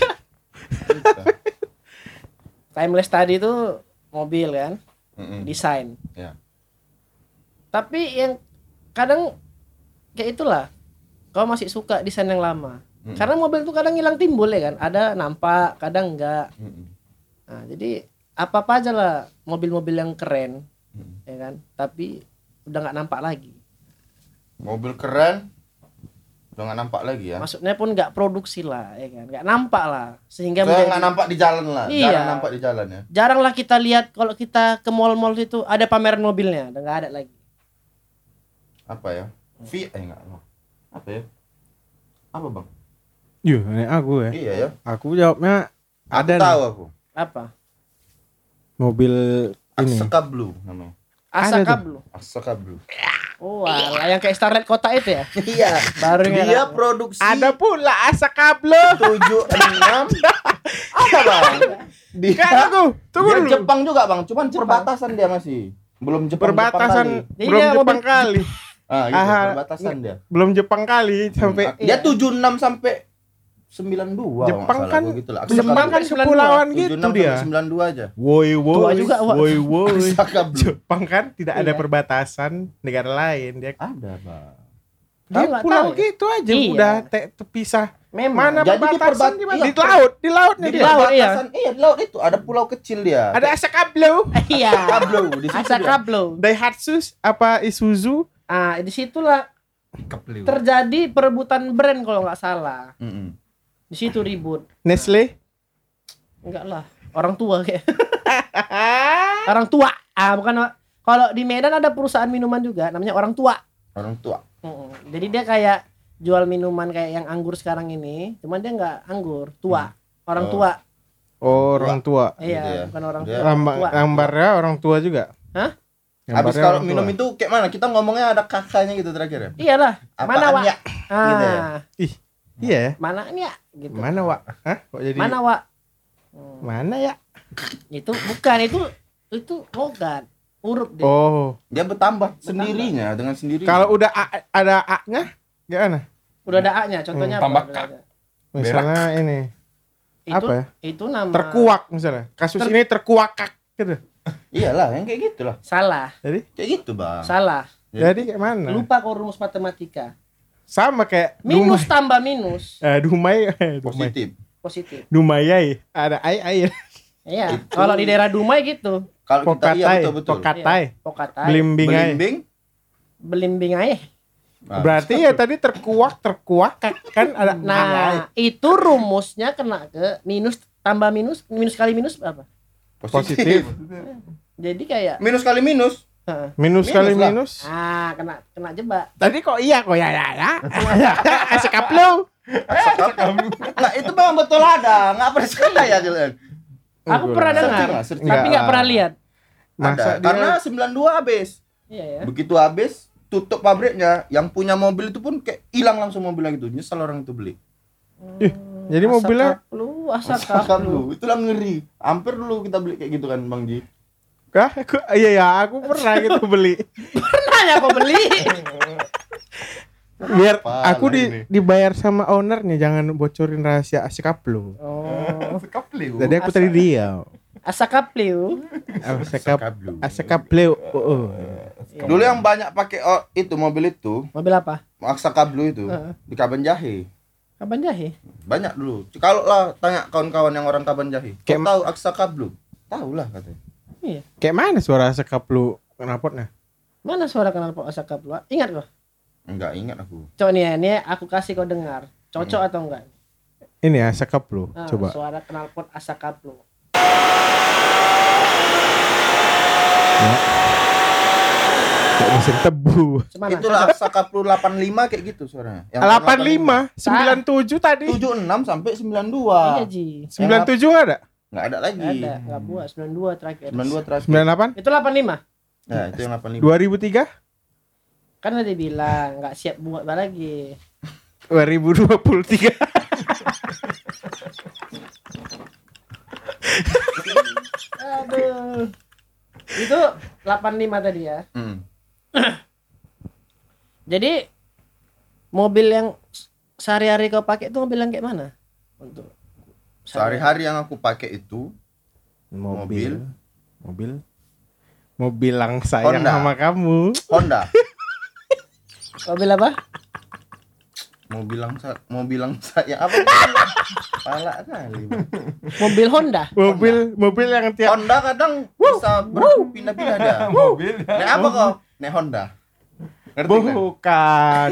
Timeless tadi itu mobil kan, Mm-mm. desain. Ya. Tapi yang kadang kayak itulah. Kau masih suka desain yang lama. Mm-mm. Karena mobil tuh kadang hilang timbul ya kan. Ada nampak, kadang enggak. Mm-mm. Nah, jadi apa-apa aja lah mobil-mobil yang keren, Mm-mm. ya kan. Tapi udah nggak nampak lagi. Mobil keren udah nggak nampak lagi ya. Maksudnya pun nggak produksi lah, ya kan. Nggak nampak lah. Sehingga Saya menjadi- nggak nampak di jalan lah. Iya. Jarang nampak di jalan ya. jarang lah kita lihat kalau kita ke mall-mall itu ada pameran mobilnya, udah nggak ada lagi. Apa ya? V eh enggak. Apa ya? Apa bang? Yuh, ini aku ya. Iya ya. Aku jawabnya ada Ada nih. tahu aku. Apa? Mobil ini. Asaka Blue namanya. Ada Asaka tuh. Blue. Asaka Blue. Oh, alah, yang kayak Starlight Kota itu ya. Iya. Baru Dia nggak- produksi Ada pula Asakablo. tujuh enam. Apa bang? Dia, Enggak, tunggu, tunggu dia dulu. Jepang juga bang. Cuman perbatasan dia masih. Belum Jepang. Perbatasan Jadi belum dia Jepang mobil- kali. Ah, gitu, Aha. perbatasan dia. Belum Jepang kali sampai Hmm, Dia Iya. tujuh enam sampai sembilan dua. Jepang kan- gitu lah. Jepang kan Sampai kepulauan tujuh gitu enam dia. sembilan dua aja. Woi Tua woi. juga, Wak. Woi woi. Asaka Blue. Jepang kan tidak ada Iya. perbatasan negara lain. Dia Ada bang. Tahu dia nggak pulau tahu ya? gitu aja Iya. udah te- terpisah. Memang. Mana Jadi di perbatasan perbat- di mana? iya. Di laut, di lautnya Di dia. laut, iya. perbatasan, iya di laut itu ada pulau kecil dia. Ada Asakablo. Iya. Kablo di situ. Asaka dia. Blue. Daihatsu apa Isuzu? Ah, di situlah Kepliu. terjadi perebutan brand kalau nggak salah. Mm-mm. Di situ ribut. Nestle. Enggak lah, orang tua kayak. Orang tua. Ah, bukan. Kalau di Medan ada perusahaan minuman juga namanya Orang Tua. Orang tua. Mm-mm. Jadi dia kayak jual minuman kayak yang anggur sekarang ini, cuman dia nggak anggur, tua. Orang Oh. tua. Oh, orang tua. Iya, Gitu ya. bukan orang Dia- tua. Lambang tua. gambarnya orang tua juga. Hah? Habis Gambarnya kalau orang minum tua. itu kayak mana? Kita ngomongnya ada kakaknya gitu terakhir ya. Iyalah. Mana, Apaan Wak? ya? Ah, Gitu ya? Iya ya. mana ini ya? Gitu. Mana, Wak? Hah? Kok jadi Mana, Wak? Hmm, Mana ya? itu bukan itu itu logat. Huruf dia. Oh, Dia bertambah sendirinya dengan sendirinya. kalau udah A, ada A-nya gimana? Udah ada A-nya, contohnya Hmm, tambah apa? K. Misalnya ini Itu apa ya? itu nama Terkuak misalnya. Kasus Ter- ini terkuakak gitu. iyalah yang kayak gitu lah. Salah, Jadi Kayak gitu, Bang. salah. jadi kayak mana? Lupa kau rumus matematika. Sama kayak Minus Dumai. tambah minus Eh, Dumai, eh, Dumai. Positif. positif. Dumayai. Ada ai ai. Iya. Itu- Kalau di daerah Dumai gitu. Kalau kita iya Pokatai, betul betul. pokatai. Pokatai. Belimbing ai. Belimbing. Belimbing aja. Nah, Berarti ya tadi terkuak, terkuak kan ada ai. Nah, itu rumusnya kena ke minus tambah minus, minus kali minus apa? Positif. Jadi kayak Minus kali minus. heeh. Minus Minus kali lah. minus. ah, kena kena jebak. Tadi kok iya kok ya ya ya. Sekaplu. Nah, itu Bang betul ada. Enggak pernah sekali ya jalan. Aku pernah dengar, Searching lah, searching. tapi Enggak nggak lah. pernah lihat. Masa Ada. dia Karena sembilan puluh dua habis. Iya ya. Begitu habis tutup pabriknya, yang punya mobil itu pun kayak hilang langsung mobilnya gitu. Nyesal orang itu beli. Ih, jadi mobilnya- lu asa Asakam kaplu. lu. Itulah ngeri. Hampir dulu kita beli kayak gitu kan, Bang Ji. Kah? Aku, iya ya, aku pernah gitu beli. Nanya kok beli. Biar Apalah aku di, ini. dibayar sama ownernya, jangan bocorin rahasia Asikaplu. Oh, Kepliu. Jadi aku Asa- tadi diam. asa kaplu. Asikap Asakablu. Asikaplu. Oh, oh. Iya. Dulu yang banyak pakai oh, itu mobil itu, Mobil apa? Aksakablu itu Heeh. di Kaban Jahe. Kapan jahe? Banyak dulu. Kalau lah tanya kawan-kawan yang orang Kaban Jahe, kau Kayak- tahu Aksakablu? Tahu lah katanya. Iya. Kayak mana suara Asikaplu knalpotnya? Mana suara kenal pot asa kaplu? Ingat kok? Enggak ingat aku. Coba nih ya, ini aku kasih kau dengar. Cocok hmm. atau enggak? Ini Asa Kaplu, Nah, coba. Suara knalpot Asa Kaplu. Ya. Kayak mesin tebu. Cuman Itulah Asa Kaplu delapan puluh lima kayak gitu suaranya. Yang delapan puluh lima, sembilan puluh tujuh tadi. tujuh puluh enam sampai sembilan puluh dua. Iya, Ji. sembilan puluh tujuh enggak ada? Enggak ada lagi. Enggak ada, enggak buat sembilan puluh dua terakhir. sembilan puluh dua terakhir. sembilan puluh delapan? Itu delapan puluh lima. Nah, itu yang delapan puluh lima. dua ribu tiga? Kan tadi bilang enggak siap buat lagi. dua ribu dua puluh tiga. Aduh. Itu delapan puluh lima tadi ya. Hmm. Jadi mobil yang sehari-hari kau pakai itu mobil yang kayak mana? Untuk sehari-hari yang aku pakai itu mobil mobil mobil yang sayang Honda. sama kamu. Honda. mobil apa? Mobil yang sa- mobil yang saya apa? Pala kali. Mobil Honda. Mobil mobil yang tiap Honda kadang bisa berpindah-pindah dah. Mobil. Nek apa kok? Nek Honda. Ngerti kan? bukan,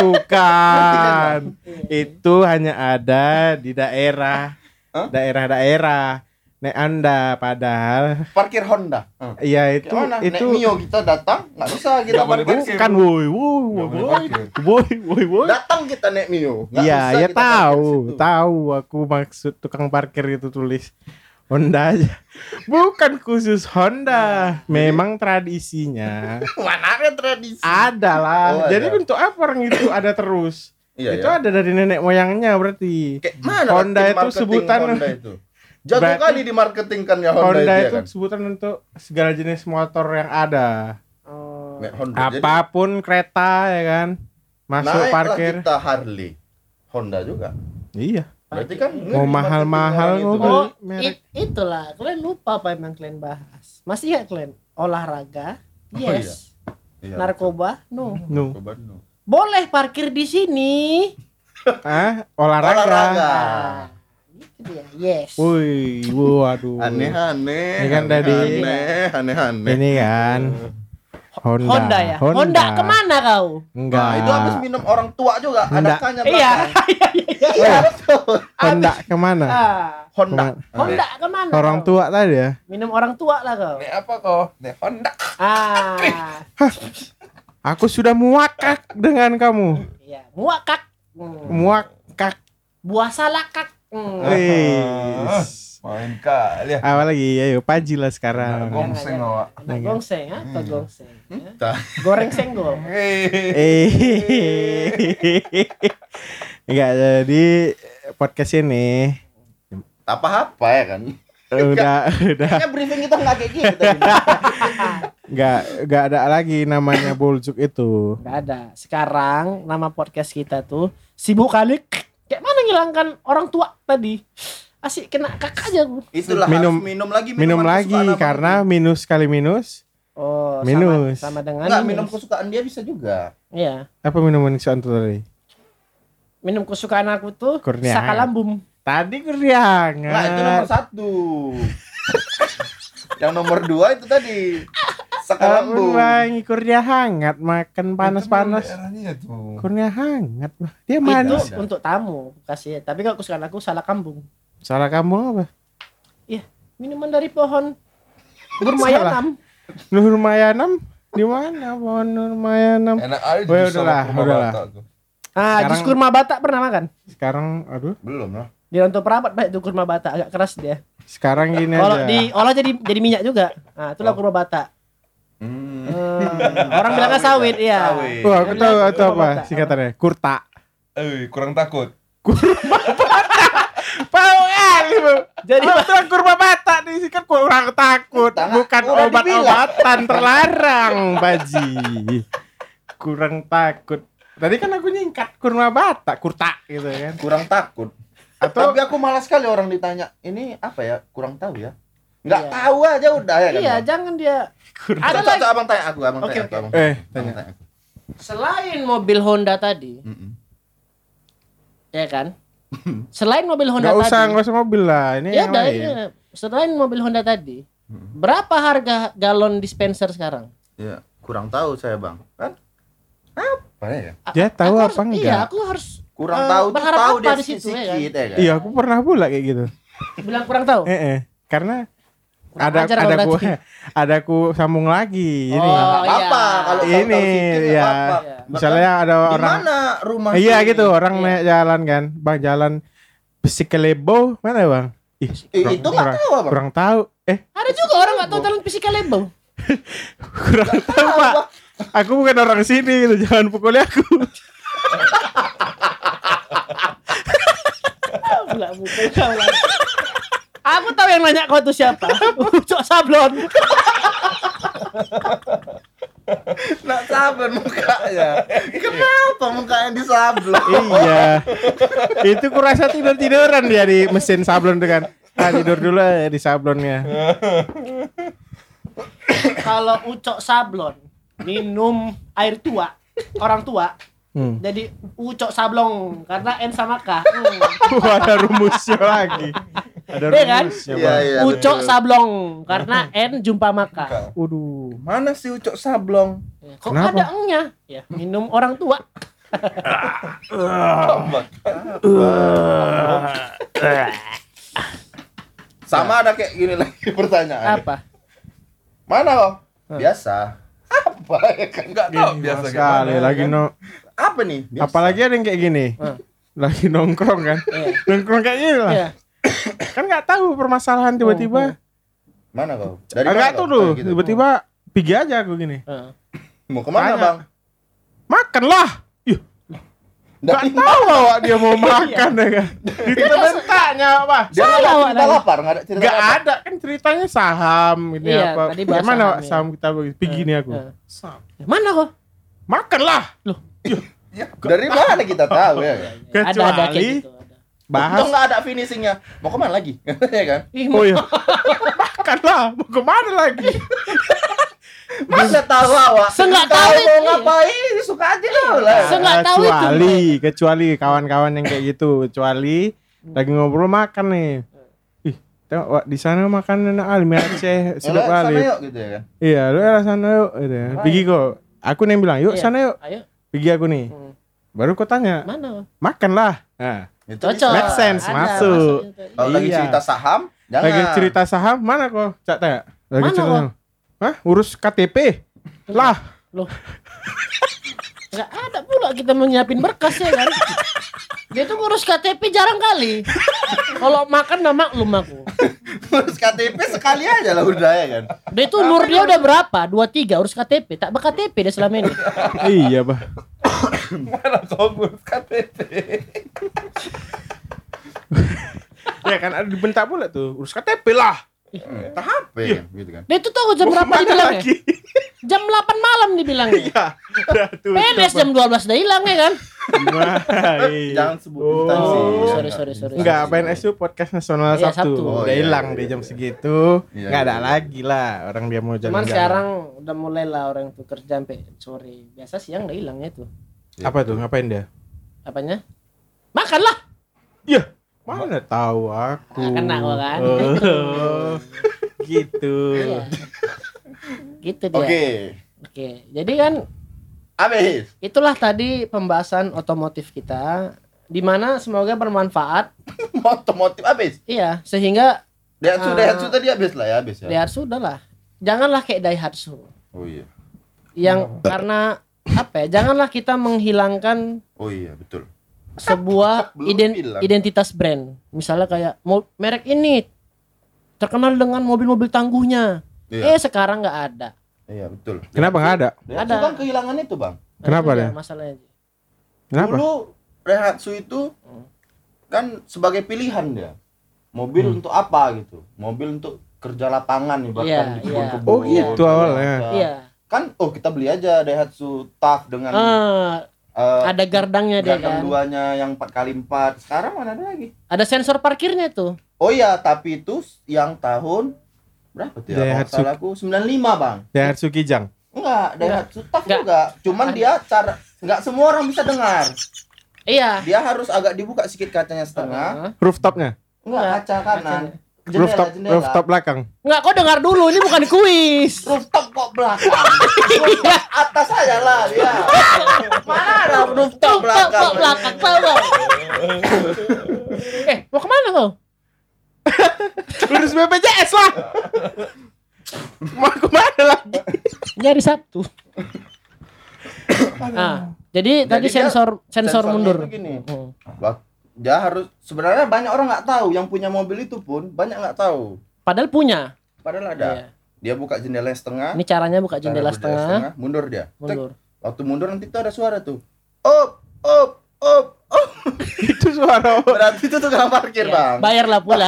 bukan. Itu hanya ada di daerah Hah? daerah-daerah. Nek Anda padahal Parkir Honda. Huh. iya itu Gimana? itu Nek Mio kita datang nggak bisa kita Nggak boleh parkir. parkir. kan woi woi Nggak boleh woi parkir. woi woi woi. Datang kita Nek Mio. Nggak Iya, bisa ya kita parkir tahu, situ. tahu aku maksud tukang parkir itu tulis Honda aja. Bukan khusus Honda. Memang tradisinya Mana ada tradisi? ada lah. Oh, Jadi ada. untuk apa orang itu ada terus? Iya, itu ya. ada dari nenek moyangnya berarti. Kayak mana Honda tim itu marketing sebutan Honda itu. Jago Berarti- kali di marketing kan ya Honda, Honda itu, itu ya kan? sebutan untuk segala jenis motor yang ada. Oh. Nek Honda. Jadi, Apapun kereta ya kan. Masuk naiklah parkir. kita Harley. Honda juga. Iya. Berarti kan Mau mahal-mahal itu. mobil. Oh, merek. it- itulah. Kalian lupa apa yang kalian bahas. Masih ya kalian? Olahraga? Oh, Yes. Iya. Narkoba? No. No. Coba dulu. Boleh parkir di sini. Ah, olahraga. Olahraga. Ah, itu dia. Yes. Wih, waduh. Aneh-aneh. Ini kan tadi- aneh, aneh-aneh. Ini kan Honda. Honda ya. Honda, kemana kau? Enggak. Nah, itu habis minum orang tua juga. Honda. Ada kanya Iya. Iya, betul. Honda kemana? Ah, Honda. Honda kemana? Orang kau? tua tadi ya. Minum orang tua lah kau. Nek apa kok? Nek Honda. Ah, Aku sudah muakak dengan kamu. iya. Muakak. Hmm. Muakak. Buah salakak. Hmm. Wis. Main kali ya. Apa lagi? Ayo paji lah sekarang. Gongseng awak. Nah, gongseng apa gongseng? Ya? Tah. Goreng senggol. Hei. Eh. Enggak jadi podcast ini Apa-apa ya kan? udah udah Kayaknya briefing kita nggak kayak gitu tadi. enggak enggak ada lagi namanya Boljuk itu. Enggak ada. Sekarang nama podcast kita tuh sibuk kali. Kayak mana ngilangkan orang tua tadi? Asik kena kakak aja gue. Itulah Minum- harus minum lagi Minum minuman lagi kesukaan abang. karena minus kali minus. Oh, Minus. sama, sama dengan Enggak, minus. minum kesukaan dia bisa juga. Iya. Apa minuman kesukaan tuh tadi? Minum kesukaan aku tuh Kurnia. sakalambum. Tadi kuriangan. Nah, itu nomor satu. Yang nomor dua itu tadi. Sakalambung. Wangi kurnia hangat makan panas-panas. Itu daerahnya tuh. Kurnia hangat. Bah. Dia Itu manis. Ada. untuk tamu kasih. Tapi kalau kesukaan aku salah kambung. Salah kamu apa? Iya, minuman dari pohon Nurmayanam. Nur Mayanam di mana pohon Nur Mayanam? Enak aja Oh, ya jus udahlah, sama kurma udahlah. bata tuh. Ah, Sekarang- jus kurma bata pernah makan? Sekarang aduh, Belum lah. Di Ranto Perapat baik itu kurma bata agak keras dia. sekarang gini Kalau aja. di olah jadi jadi minyak juga. Nah, itulah Oh. kurma bata. Hmm. Hmm, orang bilang sawit, iya. Sawit. Wah, aku tahu itu Kurma apa bata. singkatannya. Kurta. Eh, kurang takut. Pau kali, Bu. Jadi Oh, itu kurma bata disingkat kurang takut, Tangan- bukan udah obat-obatan terlarang, Baji. Kurang takut. Tadi kan aku nyingkat kurma bata, kurta gitu kan. Kurang takut. Atau Tapi aku malas sekali orang ditanya, ini apa ya? Kurang tahu ya. Nggak Iya. tahu aja udah ya kan. iya, Bang? jangan dia. kurta. Ada Coba, lagi. coba abang tanya aku, abang Oke, tanya oke. aku. Abang, Eh, abang tanya. tanya aku. Selain mobil Honda tadi, Mm-mm. ya kan? Selain mobil Honda Enggak usah, tadi. enggak usah mobil lah. Ini Ya yang udah, lain. iya. Selain mobil Honda tadi, Mm-mm. berapa harga galon dispenser sekarang? Ya, kurang tahu saya, Bang. Kan? Apa ya? Dia tahu Aku apa harus- enggak? Iya, aku harus Kurang eh, tahu tuh berharap tahu apa dia di situ, sedikit ya kan? ya kan? Iya, aku pernah pula kayak gitu. Bilang kurang tahu. Eh, eh. Karena Kurang ada ajar kau ada ku berarti. ada ku sambung lagi ini. Oh, Nggak apa-apa iya. kalau tahu Ini, sedikit nggak ya. apa-apa. Iya. Misalnya ada Di orang mana rumah iya sini? gitu, orang Iya. naik jalan kan. Bang jalan Psikelebo mana ya, Bang? Ih, Eh, itu nggak kurang, tahu, Bang. kurang tahu. Eh, Ada juga orang nggak tahu jalan physical label. kurang tahu, Pak. Aku bukan orang sini gitu, jangan pukuli aku. Pula pukul kau lah. Aku tahu yang nanya kau tuh siapa. Ucok Sablon. Nggak sabar mukanya. Kenapa mukanya disablon? Iya. Itu kurasa tidur-tiduran dia di mesin sablon dengan ah, tidur dulu ya di sablonnya. Kalau Ucok Sablon minum air tua, orang tua, Hmm. jadi Ucok Sablong karena N sama K. Hmm. Wah, ada rumusnya lagi. Ada Iya kan? rumusnya, Iya, Bang. iya. Ucok betul. Sablong karena N jumpa maka. Waduh. Mana sih Ucok Sablong? Ya, kok Kenapa? ada engnya? Ya, minum orang tua. Sama ada kayak gini lagi pertanyaan. Apa? Mana kok? Hmm. Biasa. Apa ya kan nggak tahu biasa Sekali gimana, lagi kan? no. Apa nih? Biasa. Apalagi ada yang kayak gini. Hmm. Lagi nongkrong kan. Iya. Nongkrong kayak gini lah. Iya. Kan nggak tahu permasalahan tiba-tiba. Mana kau? Dari Enggak mana tahu kau? tuh, Kayak gitu. tiba-tiba pergi aja aku gini. Heeh. Mau kemana Tanya. bang? Makan lah. Ih, Dari nggak tahu awak dia mau makan ya kan. Kita bentaknya apa? Dia nggak ada Salah, cerita Wak. lapar, nggak ada cerita Nggak lapar. ada kan ceritanya saham ini Iya, apa. tadi bahas Gimana saham, Wak, ya. saham kita bagi pergi nih aku. Heeh. Saham. Mana kok? Makan lah. Ya, dari mana kita tahu ya? Kan? Ada ada kayak Kecuali gitu. Ada. Untung bahas. nggak ada finishingnya. Mau kemana lagi? ya kan? Ih, Oh iya. Makan lah. Mau kemana lagi? Masa tahu awak? Seenggak Tahu tahu mau itu. ngapain? Suka aja dulu lah. Se- Nggak tahu itu. Kecuali, kecuali kawan-kawan yang kayak gitu. Kecuali lagi ngobrol makan nih. Ih, tengok Wak, di sana makan enak kali, mie Aceh, sedap Sana kali. yuk gitu ya kan? Iya, lu ya sana yuk gitu ya. Baik. Pergi kok. Aku nih yang bilang, yuk Iya. sana yuk. Ayo. Pergi aku nih. Hmm. Baru kau tanya, Mana? makan lah. Nah, Itu Cocok. bisa. Make sense, Ada, masuk. masuk. Kalau lagi Iya. cerita saham, jangan. lagi cerita saham, mana kok? Cak tanya. Lagi Mana, cerita kok? saham. Hah? Urus K T P. Lah, Loh. Enggak ada pula kita mau nyiapin berkas ya kan. Dia tuh ngurus K T P jarang kali. Kalau makan nggak maklum aku. Urus K T P sekali aja lah udah ya kan. Dia tuh umur dia udah berapa? dua puluh tiga urus K T P. Tak ber-K T P dia selama ini. iya, Bah. Mana kau ngurus K T P? Ya kan ada dibentak pula tuh. Urus K T P lah. Hmm, tak H P gitu kan. Dia tuh tahu jam berapa Mana dibilangnya? lagi? Jam delapan malam dibilangnya. Iya. Udah tuh. P N S jam dua belas udah hilang ya kan? Gimana? Jangan sebut Oh. instansi. Sorry, sorry, sorry. Enggak, P N S itu podcast nasional Iya, Sabtu. Sabtu. Oh, Udah iya, hilang iya, di iya. jam segitu. Iya, Enggak ada iya. lagi lah orang dia mau jalan-jalan. Cuman sekarang udah mulai lah orang tuh kerja sampai sore. Biasa siang udah hilangnya tuh. apa tuh? Ngapain dia? Apanya? Makan lah. Iya. Mana tahu aku. Ah, kena gua kan. Oh, gitu. Iya. Gitu dia. Oke. Oke. Jadi kan Habis. itulah tadi pembahasan otomotif kita, di mana semoga bermanfaat. Otomotif habis. Iya, sehingga Daihatsu Ah. Daihatsu tadi habis lah ya habis ya. Daihatsu udah lah. Janganlah kayak Daihatsu Oh iya. yang karena apa ya? Janganlah kita menghilangkan Oh iya betul. sebuah Belum iden- bilang. identitas brand. Misalnya kayak mo- merek ini terkenal dengan mobil-mobil tangguhnya. Iya. Eh sekarang nggak ada. Iya betul. Kenapa nggak ada? Daihatsu Ada. kan kehilangan itu bang. Nah, Kenapa itu dia? dia masalahnya. Kenapa? Dulu Daihatsu itu Hmm. kan sebagai pilihan dia. Mobil Hmm. untuk apa gitu? Mobil untuk kerja lapangan nih bahkan Iya, di iya. kebun-kebun. Oh, gitu awalnya. Iya. Kan oh kita beli aja Daihatsu Tough dengan Ah, eh, ada gardangnya dia gardang kan. duanya yang empat kali empat. Sekarang mana ada lagi? Ada sensor parkirnya tuh. Oh iya, tapi itu yang tahun berapa tuh ya? Kalau nggak Daihatsu. salah aku sembilan puluh lima, Bang. Daihatsu Kijang. Enggak, Daihatsu Tough Nggak. juga. Cuman Ada. dia cara enggak semua orang bisa dengar. Iya. Dia harus agak dibuka sedikit kacanya setengah. Heeh. Rooftopnya. Enggak, kaca kanan. Jendela, Rooftop jendela. rooftop belakang. Enggak, kau dengar dulu, ini bukan kuis. Rooftop kok belakang. Rooftop atas aja lah dia. Mana Kok belakang sama. Eh, mau kemana kau? Urus B P J S lah. Mau kemana lagi? Nyari Sabtu. Nah, jadi, Jadi tadi dia- sensor sensor sensornya mundur. itu gini. Hmm. Wah, dia harus sebenarnya banyak orang nggak tahu, yang punya mobil itu pun banyak nggak tahu. Padahal punya. Padahal ada. Iya. Dia buka jendela yang setengah. Ini caranya buka cara jendela berdiri setengah, mundur dia. Tek. mundur. Waktu mundur nanti tuh ada suara tuh. Op, op, op, op. Itu suara. Berarti itu tukang parkir, Iya. Bang. Bayarlah pula.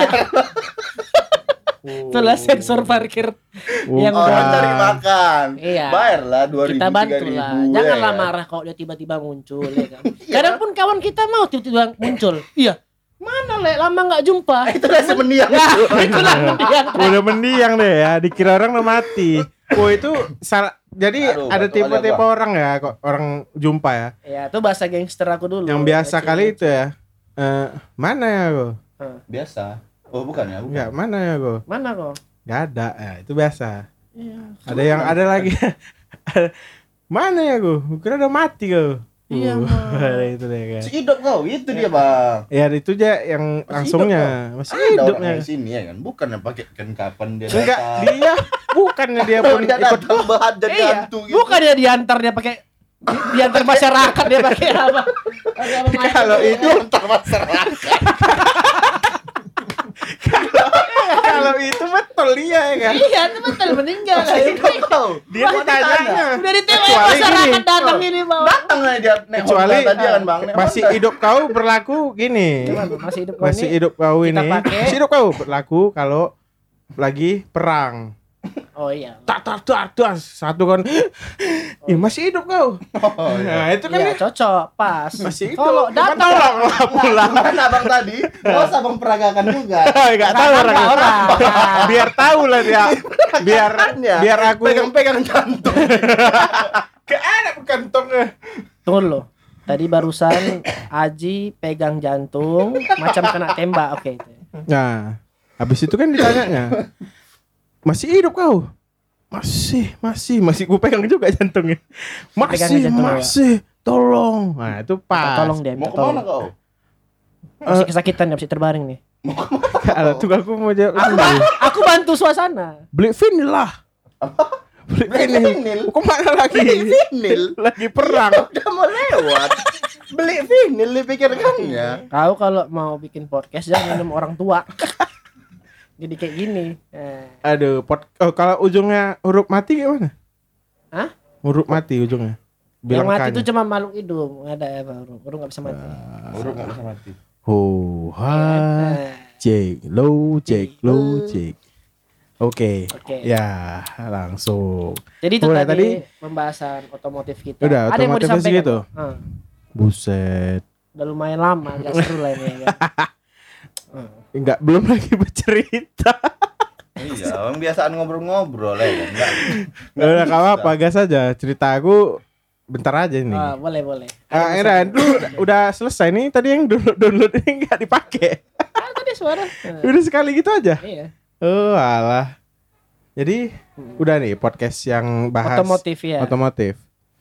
Itulah sensor parkir yang Orang udah- cari makan. Iya. Bayarlah dua ribu Kita bantu tiga ribu. lah. ya Janganlah kan? marah kalau dia tiba-tiba muncul ya kan. Kadang pun kawan kita mau tiba-tiba muncul. Iya. Mana Le, lama nggak jumpa. Itu nasi mendiang. Ya, itulah mendiang. Udah mendiang deh ya, dikira orang udah mati. Oh itu salah. Jadi Aduh, ada batu kali tipe-tipe apa? orang ya, kok orang jumpa ya. Ya, itu bahasa gangster aku dulu. Yang biasa Kecil. kali itu ya. Eh, mana ya kok? Biasa. Oh, bukan ya, bukan. Enggak, mana ya kok? Mana kok? Enggak ada. Ya, itu biasa. Iya. Ada yang ada lagi. Mana ya kok? Kira udah mati kok. Iya, Uh, Bang. itu deh kan. Si hidup kau, itu dia, Bang. Ya itu aja yang Masih langsungnya. hidup, Masih Ada hidupnya. orang di sini ya kan. Bukan yang pakai kan kapan dia Enggak, datang. dia bukannya dia Kalau pun dia ikut datang berhajat Iya. jantung gitu. Bukan dia diantar dia pakai di- diantar masyarakat dia pakai apa? Pakai apa main? kalau itu Antar masyarakat. kalau itu betul dia ya kan. Iya, itu betul meninggal. Hidup kau. Dia ditanya. Udah ditanya Kecuali masyarakat gini. datang ini, Bang. Datang lah dia naik Kecuali Honda tadi kan, Bang. Naik masih Honda. hidup kau berlaku gini. Gimana? Masih hidup kau Masih ini? hidup kau kita ini. pakai. Masih hidup kau berlaku kalau lagi perang. Oh iya. Tak tak tak tak satu kan. Ih, masih hidup kau. Oh, iya. Nah, itu kan Iya, dia cocok, pas. masih hidup. Kalau Cuma datang tolong lah pulang. Kan abang tadi, nggak usah abang peragakan juga. Enggak tahu orang. orang. Biar tahu lah dia. Biar Peragakannya. biar aku Pegang-pegang jantung. ke ada kantongnya. Tunggu dulu. Tadi barusan Aji pegang jantung macam kena tembak. Oke. Nah, habis itu kan ditanyanya. Masih hidup kau? Masih, masih, masih gue pegang juga jantungnya. Masih, Pegang jantung masih. Tolong. Nah, itu Minta pas. tolong dia, Mau minta kemana tolong. kau? Masih kesakitan ya, masih terbaring nih. Kalau tuh aku mau jawab Aku, dulu. aku bantu suasana. Beli vinil lah. Beli Beli vinil. vinil? Kemana lagi? Vinil. Lagi perang. Udah mau lewat. Beli vinil dipikirkannya. Kau kalau mau bikin podcast jangan minum orang tua. Jadi kayak gini. Eh. Aduh, pot, oh, kalau ujungnya huruf mati gimana? Hah? Huruf mati ujungnya. Yang mati Kanya. itu cuma makhluk hidup, nggak ada apa huruf. Huruf nggak bisa mati. Urut nggak bisa mati. Ho ha Eh, cek low cek low cek. Oke. Oke. Ya, langsung. Jadi itu Boleh, tadi, tadi? pembahasan otomotif kita. Udah, Ada yang mau otomotifnya disampaikan? segitu? Ah, Buset. udah lumayan lama, agak seru lah ini ya. Kan? Enggak, belum lagi bercerita. Iya, orang biasaan ngobrol-ngobrol ya kan. Enggak. Udah enggak apa-apa, gas aja. Cerita aku bentar aja ini. Ah, boleh boleh. Ah, Eran, lu udah- udah selesai nih. Tadi yang download, download ini enggak dipakai. Ah, tadi suara. Ah, Udah sekali gitu aja. iya. Oh, alah. Jadi udah nih podcast yang bahas Otomotif ya. otomotif.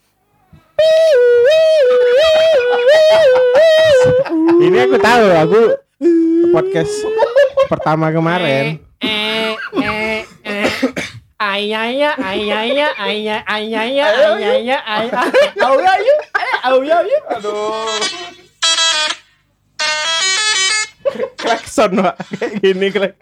Ini aku tahu, aku podcast pertama kemarin. Eh, eh, eh. Ayaya, ayaya, ayaya, ayaya, ayaya, ayaya. Au ya you. Eh, au ya you. Aduh. Klakson, Pak. Kayak gini klak.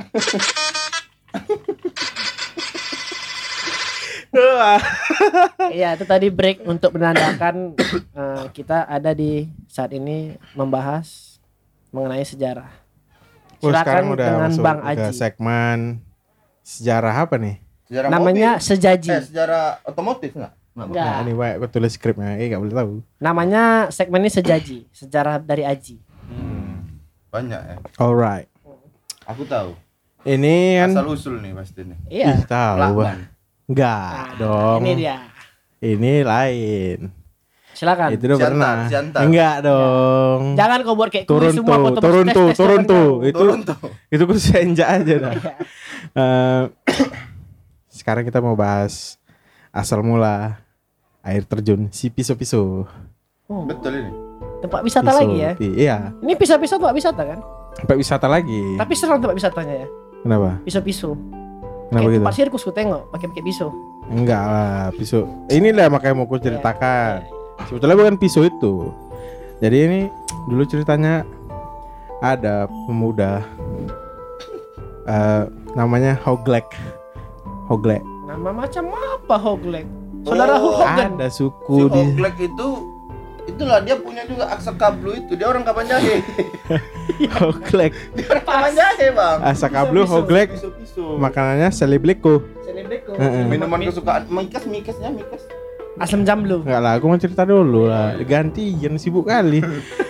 Iya, itu tadi break untuk menandakan eh, kita ada di saat ini membahas mengenai sejarah. Oh, sekarang Silakan udah dengan masuk Bang ke Aji. segmen sejarah apa nih? Sejarah Namanya mobil. sejaji. Eh, sejarah otomotif enggak? Enggak. Nah, ini Pak, aku tulis skripnya. Eh, enggak boleh tahu. Namanya segmen ini sejaji, sejarah dari Aji. Hmm, banyak ya. Alright. Aku tahu. Ini kan Asal usul nih pasti nih. Iya. Ih, tahu. Bang. Lakban. Enggak Nah, dong. Ini dia. Ini lain. Silakan. Itu udah Siantar, pernah. siantar. Enggak dong. Jangan kau buat kayak Turun kuis semua tuh, foto turun tes- tuh, tes- turun tes- tuh. tes- Itu Turun tuh. itu ku senja aja dah. Iya. Eh, sekarang kita mau bahas asal mula air terjun si piso-piso. Oh. Betul ini. Tempat wisata lagi ya. Iya, Ini pisau-pisau tempat wisata kan? tempat wisata lagi. Tapi serem tempat wisatanya ya. Kenapa? Pisau-pisau. Kenapa Kayak gitu? tempat sirkus ku tengok pakai pakai pisau. Enggak lah, pisau. Inilah makanya mau aku ceritakan. Sebetulnya bukan pisau itu. Jadi ini dulu ceritanya ada pemuda uh, namanya Hoglek. Hoglek. Nama macam apa Hoglek? Saudara Oh, Hogan. Ada Si suku di Oglek itu itulah dia punya juga aksa kablu itu. Dia orang kapan jahe. Hoglek. Dia orang kapan jahe, Bang. Asakablu Pisau-pisau. Hoglek. Pisau-pisau. Makanannya selibliku. Selebeko. Heeh. Minuman kesukaan Mikes, Mikesnya Mikes. Asam jamblu. Enggak lah, aku mau cerita dulu lah. Gantian sibuk kali.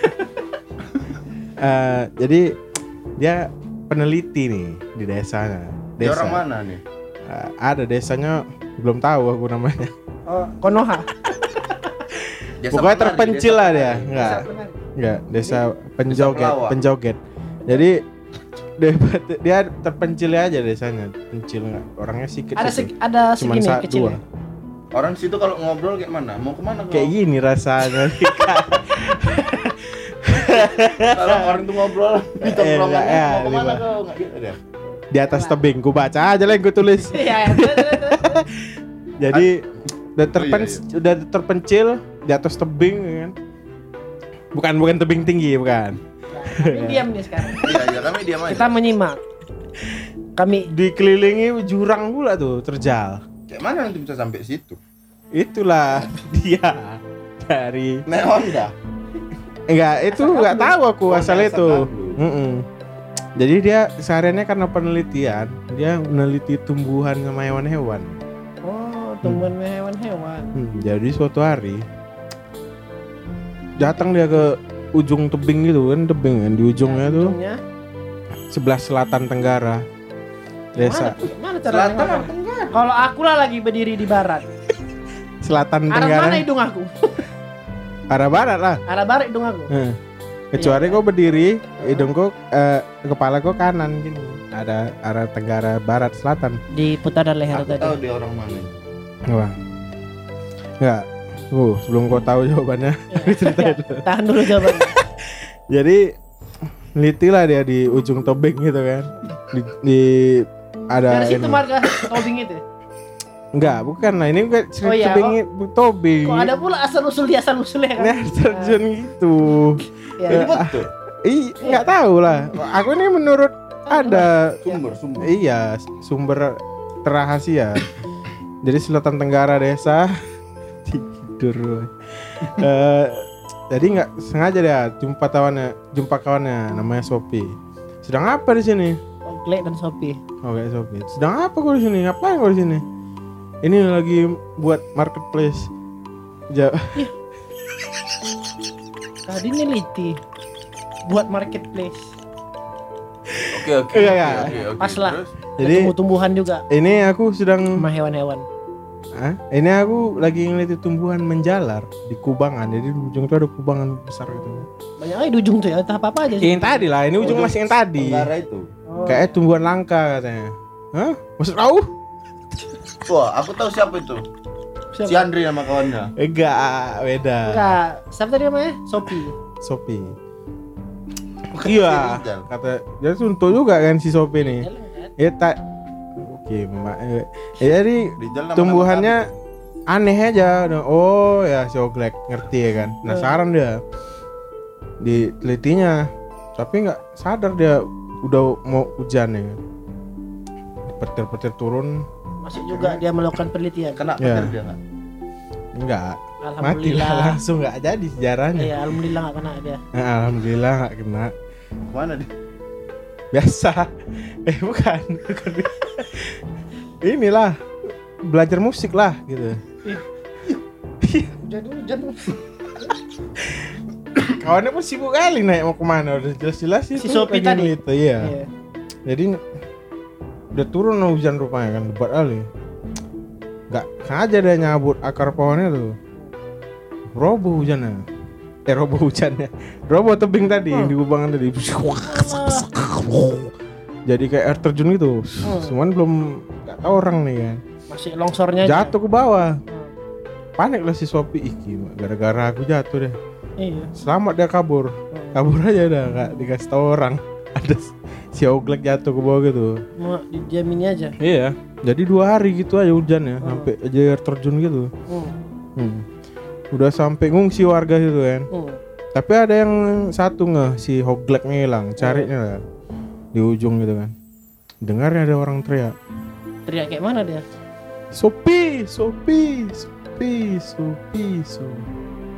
Eh, jadi dia peneliti nih di desanya. Dia Desa. orang mana nih? Eh, ada desanya belum tahu aku namanya. Oh, Konoha. Desa Pokoknya penari, terpencil desa lah penari. dia. Enggak. Enggak, desa penjoget, pelawak. penjoget. Jadi dia, dia terpencil aja desanya, pencil enggak. Orangnya sedikit. Ada situ. seg- ada Cuman segini sa- kecil. dua. Ya? Orang situ kalau ngobrol kayak mana? Mau kemana kau? Kayak gini rasanya. Kalau orang tuh ngobrol di Eh, tongkrongan, ya, mau kemana lima. kau? Enggak gitu deh. Di atas tebing, ku baca aja lah yang ku tulis. Iya, betul, betul, betul. Jadi udah, Oh, terpen, iya, udah terpencil di atas tebing kan. Bukan bukan tebing tinggi, bukan. Kami diam nih sekarang. Iya, iya kami diam aja. Kita menyimak. Kami Dikelilingi jurang pula tuh, terjal. Kayak mana nanti bisa sampai situ? Itulah dia dari Naik Honda. enggak itu enggak tahu aku Oh, asal dari itu. Asakablu. Mm-mm. Jadi dia sehariannya karena penelitian, dia meneliti tumbuhan sama hewan-hewan. oh, tumbuhan hewan-hewan. Hmm, jadi suatu hari datang dia ke ujung tebing gitu kan, tebing kan di ujungnya tuh Ujungnya. sebelah selatan tenggara desa. Mana, mana cara Selatan nengoknya? apa enggak? Kalau aku lah lagi berdiri di barat. Selatan Arah tenggara. mana hidung aku? Arah barat lah. Arah barat hidung aku. Eh. Kecuali Iya. kau berdiri, hidung kau eh, kepala kau kanan gini. Ada arah tenggara barat selatan. Di putaran leher Aku tahu tadi. dia orang mana. Wah. Enggak. Uh, sebelum kau tahu jawabannya, aku ceritain dulu. Tahan dulu jawabannya. Jadi nelitilah dia di ujung tebing gitu kan. Di, di ada Dari situ ini. marga tobing itu. Enggak, bukan lah. Ini bukan Oh iya, tebing, tobing. Kok ada pula asal usul dia asal usulnya kan? Nah, terjun gitu. Ya. Ini betul. Ih, enggak tahu lah. Aku ini menurut ada Sumber, sumber. iya sumber terrahasia. Jadi selatan tenggara desa tidur. Eh, jadi nggak sengaja dia jumpa kawannya, jumpa kawannya namanya Sopi. Sedang apa di sini? Oglek dan Sopi. Oh, kayak Sopi. Sedang apa kau di sini? Ngapain kau di sini? Ini lagi buat marketplace. Ja- Tadi neliti buat marketplace. Oke, oke. Iya, oke, iya. oke, oke. Pas lah. Terus? Jadi Tumbuh-tumbuhan juga ini aku sedang sama hewan-hewan. Hah? Ini aku lagi ngeliat tumbuhan menjalar di kubangan. Jadi di ujung itu ada kubangan besar gitu. Banyak aja di ujung tuh ya, entah apa-apa aja sih. Yang tadi lah, ini ujung Ujung masih yang tadi. Tenggara itu. Oh. Kayaknya tumbuhan langka katanya. Hah? Maksud tahu? Wah, aku tahu siapa itu. Siapa? Si Andri sama kawannya. Enggak, beda. Enggak, siapa tadi namanya? Sopi. Sopi. Bukan Iya, si Rizal. kata dia suntuk juga kan si Sopi nih. Jalan kan? Ya tak. Oke, Mbak. Eh, ya, jadi Rizal nama-nama tumbuhannya kami. aneh aja. Oh ya si Oglek ngerti ya kan. Penasaran dia. Ditelitinya, tapi nggak sadar dia udah mau hujan ya. Petir-petir turun, Masih juga dia melakukan penelitian. Kena Ya. petir dia enggak? enggak. Mati lah Alhamdulillah. langsung nggak jadi sejarahnya. Iya, alhamdulillah enggak kena dia. Nah, alhamdulillah nggak kena. Kemana dia? Biasa. Eh bukan, bukan. Inilah belajar musik lah gitu. Hujan hujan. Kawannya pun sibuk kali naik mau kemana udah jelas-jelas itu Si Sopi lagi tadi? ngelit, iya. Iya. Jadi udah turun hujan rupanya kan lebat kali. Gak sengaja dia nyabut akar pohonnya tuh. Roboh hujannya. Eh roboh hujannya. Roboh tebing tadi yang di kubangan tadi. Jadi kayak air terjun gitu. Hmm. Cuman belum gak tahu orang nih kan. Masih longsornya aja. Jatuh ke bawah. Hmm. Panik lah si Sopi. Ih gimana gara-gara aku jatuh deh. Iya. Selamat dia kabur. Kabur aja udah enggak dikasih tahu orang. Ada si Oglek jatuh ke bawah gitu. Mau didiamin aja. Iya. Jadi dua hari gitu aja hujan ya, Hmm. sampai aja air terjun gitu. Hmm. Hmm. Udah sampai ngungsi warga situ kan. Hmm. Tapi ada yang satu nggak si Ogleknya hilang, carinya lah di ujung gitu kan. Dengarnya ada orang teriak. Teriak kayak mana dia? Sopi, Sopi, Sopi, Sopi, Sopi.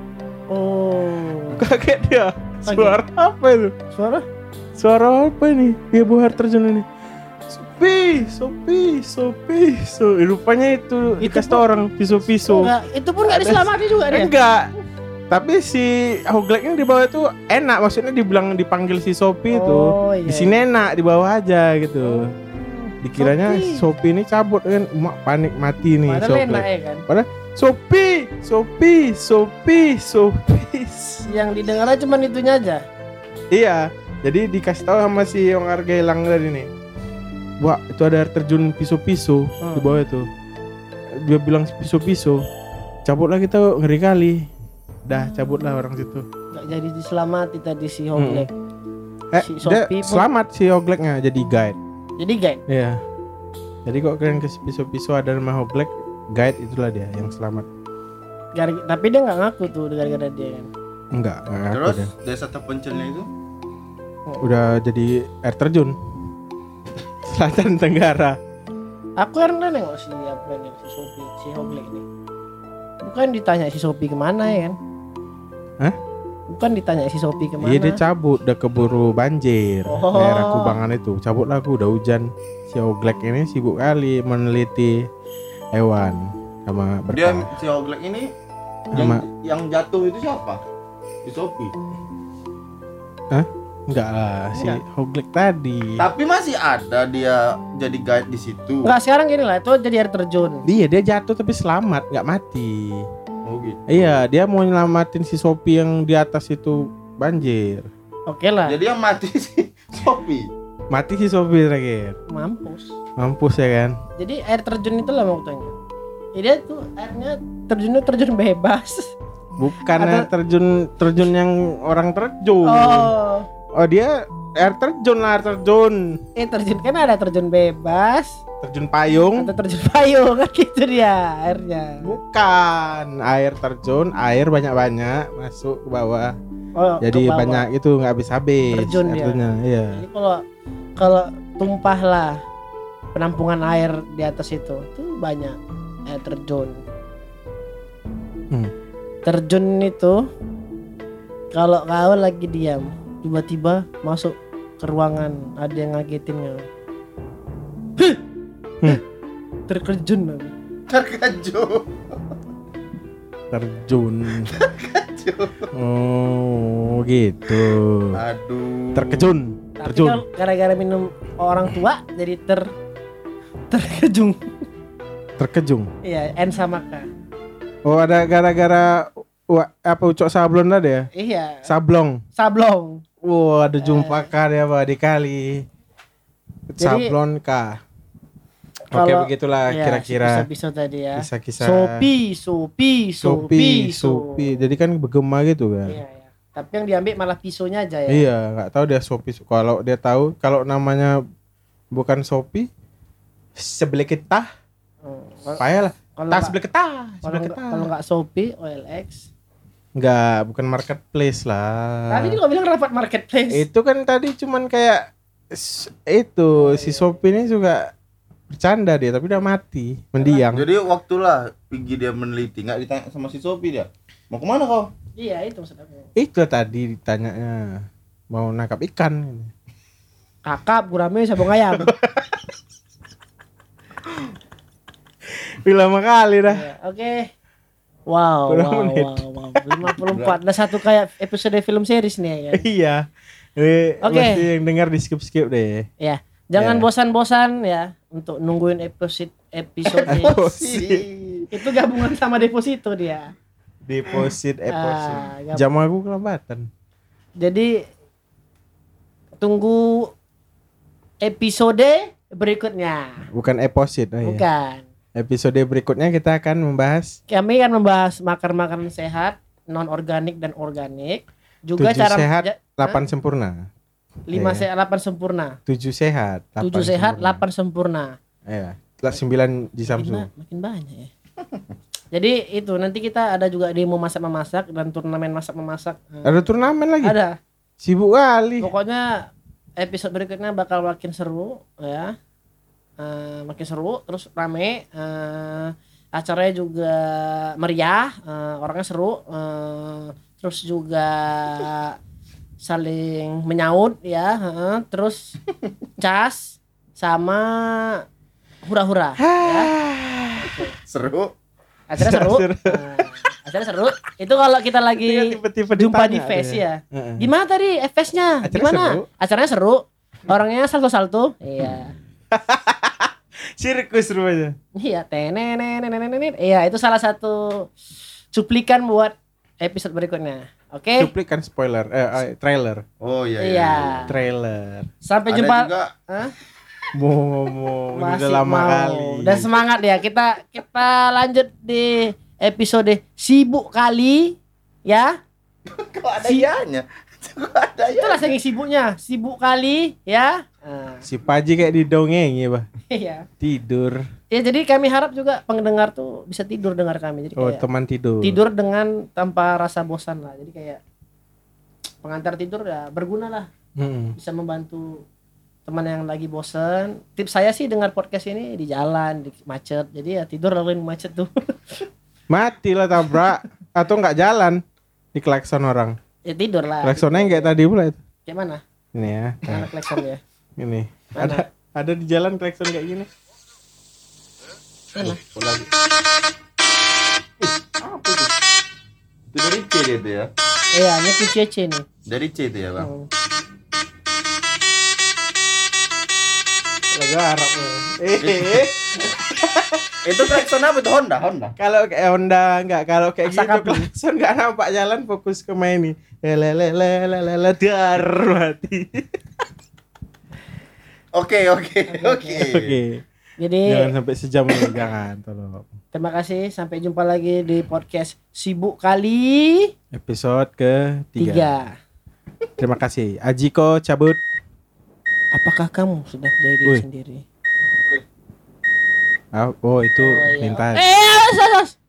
Oh. Kaget dia. Kaget. Suara apa itu? Suara? Suara apa ini? Dia buah air terjun ini. Sopi, Sopi, Sopi, so. Rupanya itu Itu dikasih pun- tau orang piso-piso. Enggak, itu pun enggak Ada- diselamati juga dia. Enggak. Tapi si Ogleknya di bawah itu enak, maksudnya dibilang dipanggil si Sopi itu. Oh, iya. Di sini enak, di bawah aja gitu. Dikiranya Sopi. Sopi ini cabut kan, emak panik mati nih Padahal Sopi. enak ya kan. Sopi, Sopi, Sopi, Sopi. Yang didengarnya cuma itunya aja. Iya, jadi dikasih tahu sama si yang harga hilang tadi nih. Wah, itu ada air terjun piso-piso Hmm. di bawah itu. Dia bilang piso-piso. Cabutlah kita, ngeri kali. Dah, cabutlah orang situ. Enggak jadi diselamati tadi si Oglek. Eh, Si dia Sopi pun- selamat si Ogleknya jadi guide. Jadi guys, Iya. Jadi kok kalian ke piso-piso ada nama Oglek, guide itulah dia yang selamat. gara- tapi dia nggak ngaku tuh gara-gara dia kan. Enggak, enggak ngaku Terus dia. desa terpencilnya itu Udah jadi air terjun. Selatan Tenggara. Aku kan udah nengok si apa nih si Sopi, si Oglek ini. Bukan ditanya si Sopi kemana ya kan? Hah? Bukan ditanya si Sopi kemana. Iya dia cabut, udah keburu banjir Oh. daerah Kubangan itu. Cabutlah aku, udah hujan. Si Oglek ini sibuk kali meneliti hewan sama dia berkah. si Oglek ini yang, Sama yang jatuh itu siapa? Si Sopi. enggak lah si Enggak. Oglek tadi. Tapi masih ada dia jadi guide di situ. Enggak, sekarang gini lah, itu jadi air terjun. Iya dia jatuh tapi selamat, nggak mati. Oh gitu. Iya dia mau nyelamatin si Sopi yang di atas itu banjir. Oke lah, Jadi yang mati si Sopi. Mati si Sopi terakhir. mampus. Mampus ya kan. Jadi air terjun itu lah mau tanya. Ya, dia tuh airnya terjunnya terjun bebas. Bukan Atau- air terjun terjun yang orang terjun. Oh, Oh dia air terjun lah, air terjun. eh terjun kan ada terjun bebas Terjun payung. atau terjun payung kan gitu dia airnya. Bukan air terjun, air banyak-banyak masuk ke bawah. Oh, Jadi ke bawah. banyak itu nggak habis-habis. Terjun dia. artinya, iya. Jadi kalau kalau tumpah lah penampungan air di atas itu tuh banyak air terjun. Hmm. Terjun itu kalau kau lagi diam tiba-tiba masuk ke ruangan ada yang ngagetin kau. Huh! Hmm. Terkejun aku. Terkejut. Terjun. Oh gitu. Aduh. Terkejun. Tapi Terjun. kalau gara-gara minum orang tua jadi ter terkejung. Terkejung. Iya, N sama K. Oh ada gara-gara wah, apa ucok sablon tadi ya? Iya, Sablong. sablong. Wow ada jumpa kah dia apa dikali. Jadi- Sablon kah? Oke Kalau- begitulah Iya, kira-kira bisa-bisa tadi ya. kisah-kisah Sopi, Sopi, Sopi, Sopi, Sopi. Jadi kan bergema gitu kan. Iya, iya. Tapi yang diambil malah pisaunya aja ya. Iya, nggak tahu dia Sopi. Kalau dia tahu kalau namanya bukan Sopi, sebelah kita, Oh, kalau- payah lah. kalau Tas nggak- sebelah kita, kalau sebelah nggak- kita. kalau nggak Sopi, O L X. Enggak, bukan marketplace lah. Tadi juga bilang rapat marketplace. Itu kan tadi cuman kayak s- itu si Sopi ini juga bercanda dia, tapi udah mati, mendiang. Jadi waktulah pergi dia meneliti, nggak ditanya sama si Sopi dia. Mau kemana kau? Iya, itu maksud aku. Itu tadi ditanyanya mau nangkap ikan. Kakap, gurame, sabung ayam. Wih, lama kali dah. Iya, Oke. Wow, Berapa wow, menit? wow, wow. lima puluh empat. Ada satu kayak episode film series nih ya. kan? Iya. Eh, Oke. Pasti yang dengar di skip-skip deh. Ya, jangan Ya. bosan-bosan ya untuk nungguin episode episode Deposit. itu gabungan sama deposito dia. Deposit, deposit. Ah, gab- Jam aku kelambatan. Jadi tunggu episode berikutnya. Bukan deposit. Oh, iya. Bukan. Episode berikutnya kita akan membahas Kami akan membahas makan makanan sehat non organik dan organik. Juga Tujuh cara sehat, ja- delapan Hah? sempurna. lima Iya. sehat, delapan sempurna. Tujuh sehat, delapan tujuh sehat, sempurna. delapan sempurna. Iya. Sembilan di Makin, Samsung. ba- makin banyak ya. Jadi itu nanti kita ada juga demo masak-memasak dan turnamen masak-memasak. Eh, Ada turnamen lagi. Ada. Sibuk kali. Pokoknya episode berikutnya bakal makin seru ya. Eh, makin seru terus rame. Eh, acaranya juga meriah, eh, orangnya seru. Eh, terus juga saling menyaut ya. eh, terus cas sama hura-hura ya. Seru. Acaranya seru. Seru. Nah, acaranya seru. Itu kalau kita lagi Tiba-tiba jumpa di ditanya face dia. ya. Heeh. Gimana tadi F S-nya? Acaranya Gimana? seru. Acaranya seru. Orangnya salto-salto. Iya. Sirkus rupanya. Iya, tenenenenenenet. Iya, itu salah satu cuplikan buat episode berikutnya. Oke. Cuplik kan spoiler, eh, eh, trailer. Oh iya. Iya. Trailer. Sampai Ada jumpa. juga Hah? Mau ngomong ini Masih udah lama mau. kali. Dan semangat ya. Kita kita lanjut di episode sibuk kali ya. kok ada Si- ianya. Kok ada ya? Itulah saking sibuknya. Sibuk kali ya. Nah, Si Paji kayak didongeng ya, Bah. iya. Tidur. Ya jadi kami harap juga pendengar tuh bisa tidur dengar kami. Jadi Oh, kayak teman tidur. tidur dengan tanpa rasa bosan lah. Jadi kayak pengantar tidur ya berguna lah. Mm-mm. Bisa membantu teman yang lagi bosan. Tips saya sih dengar podcast ini di jalan, di macet. Jadi ya tidur laluin macet tuh. Mati lah tabrak atau enggak jalan di klakson orang. Ya tidur lah. Klaksonnya yang kayak tadi pula itu. Kayak mana? Ini ya. Nah, Mana klakson ya? ini. Mana? Ada ada di jalan klakson kayak gini. Mana? Oh, lagi. Ih, apa itu? Itu dari C dia tuh ya. Iya, ini Q C C nih. Dari C itu ya, Bang. Hmm. Lagu Arab. Eh. Itu klakson apa itu? Honda, Honda. Kalau kayak Honda enggak, kalau kayak Asal gitu kabel. klakson enggak nampak jalan, fokus ke main nih. Lelelelelelele dar mati. Oke, oke, oke. Oke. Jadi Jangan sampai sejam ini, jangan tolong. terima kasih. Sampai jumpa lagi di podcast sibuk kali Episode ketiga. tiga. Terima kasih. Ajiko cabut. Apakah kamu sudah menjadi diri Wih. sendiri? Ah, oh itu Oh, iya. minta. Eh, sos, sos.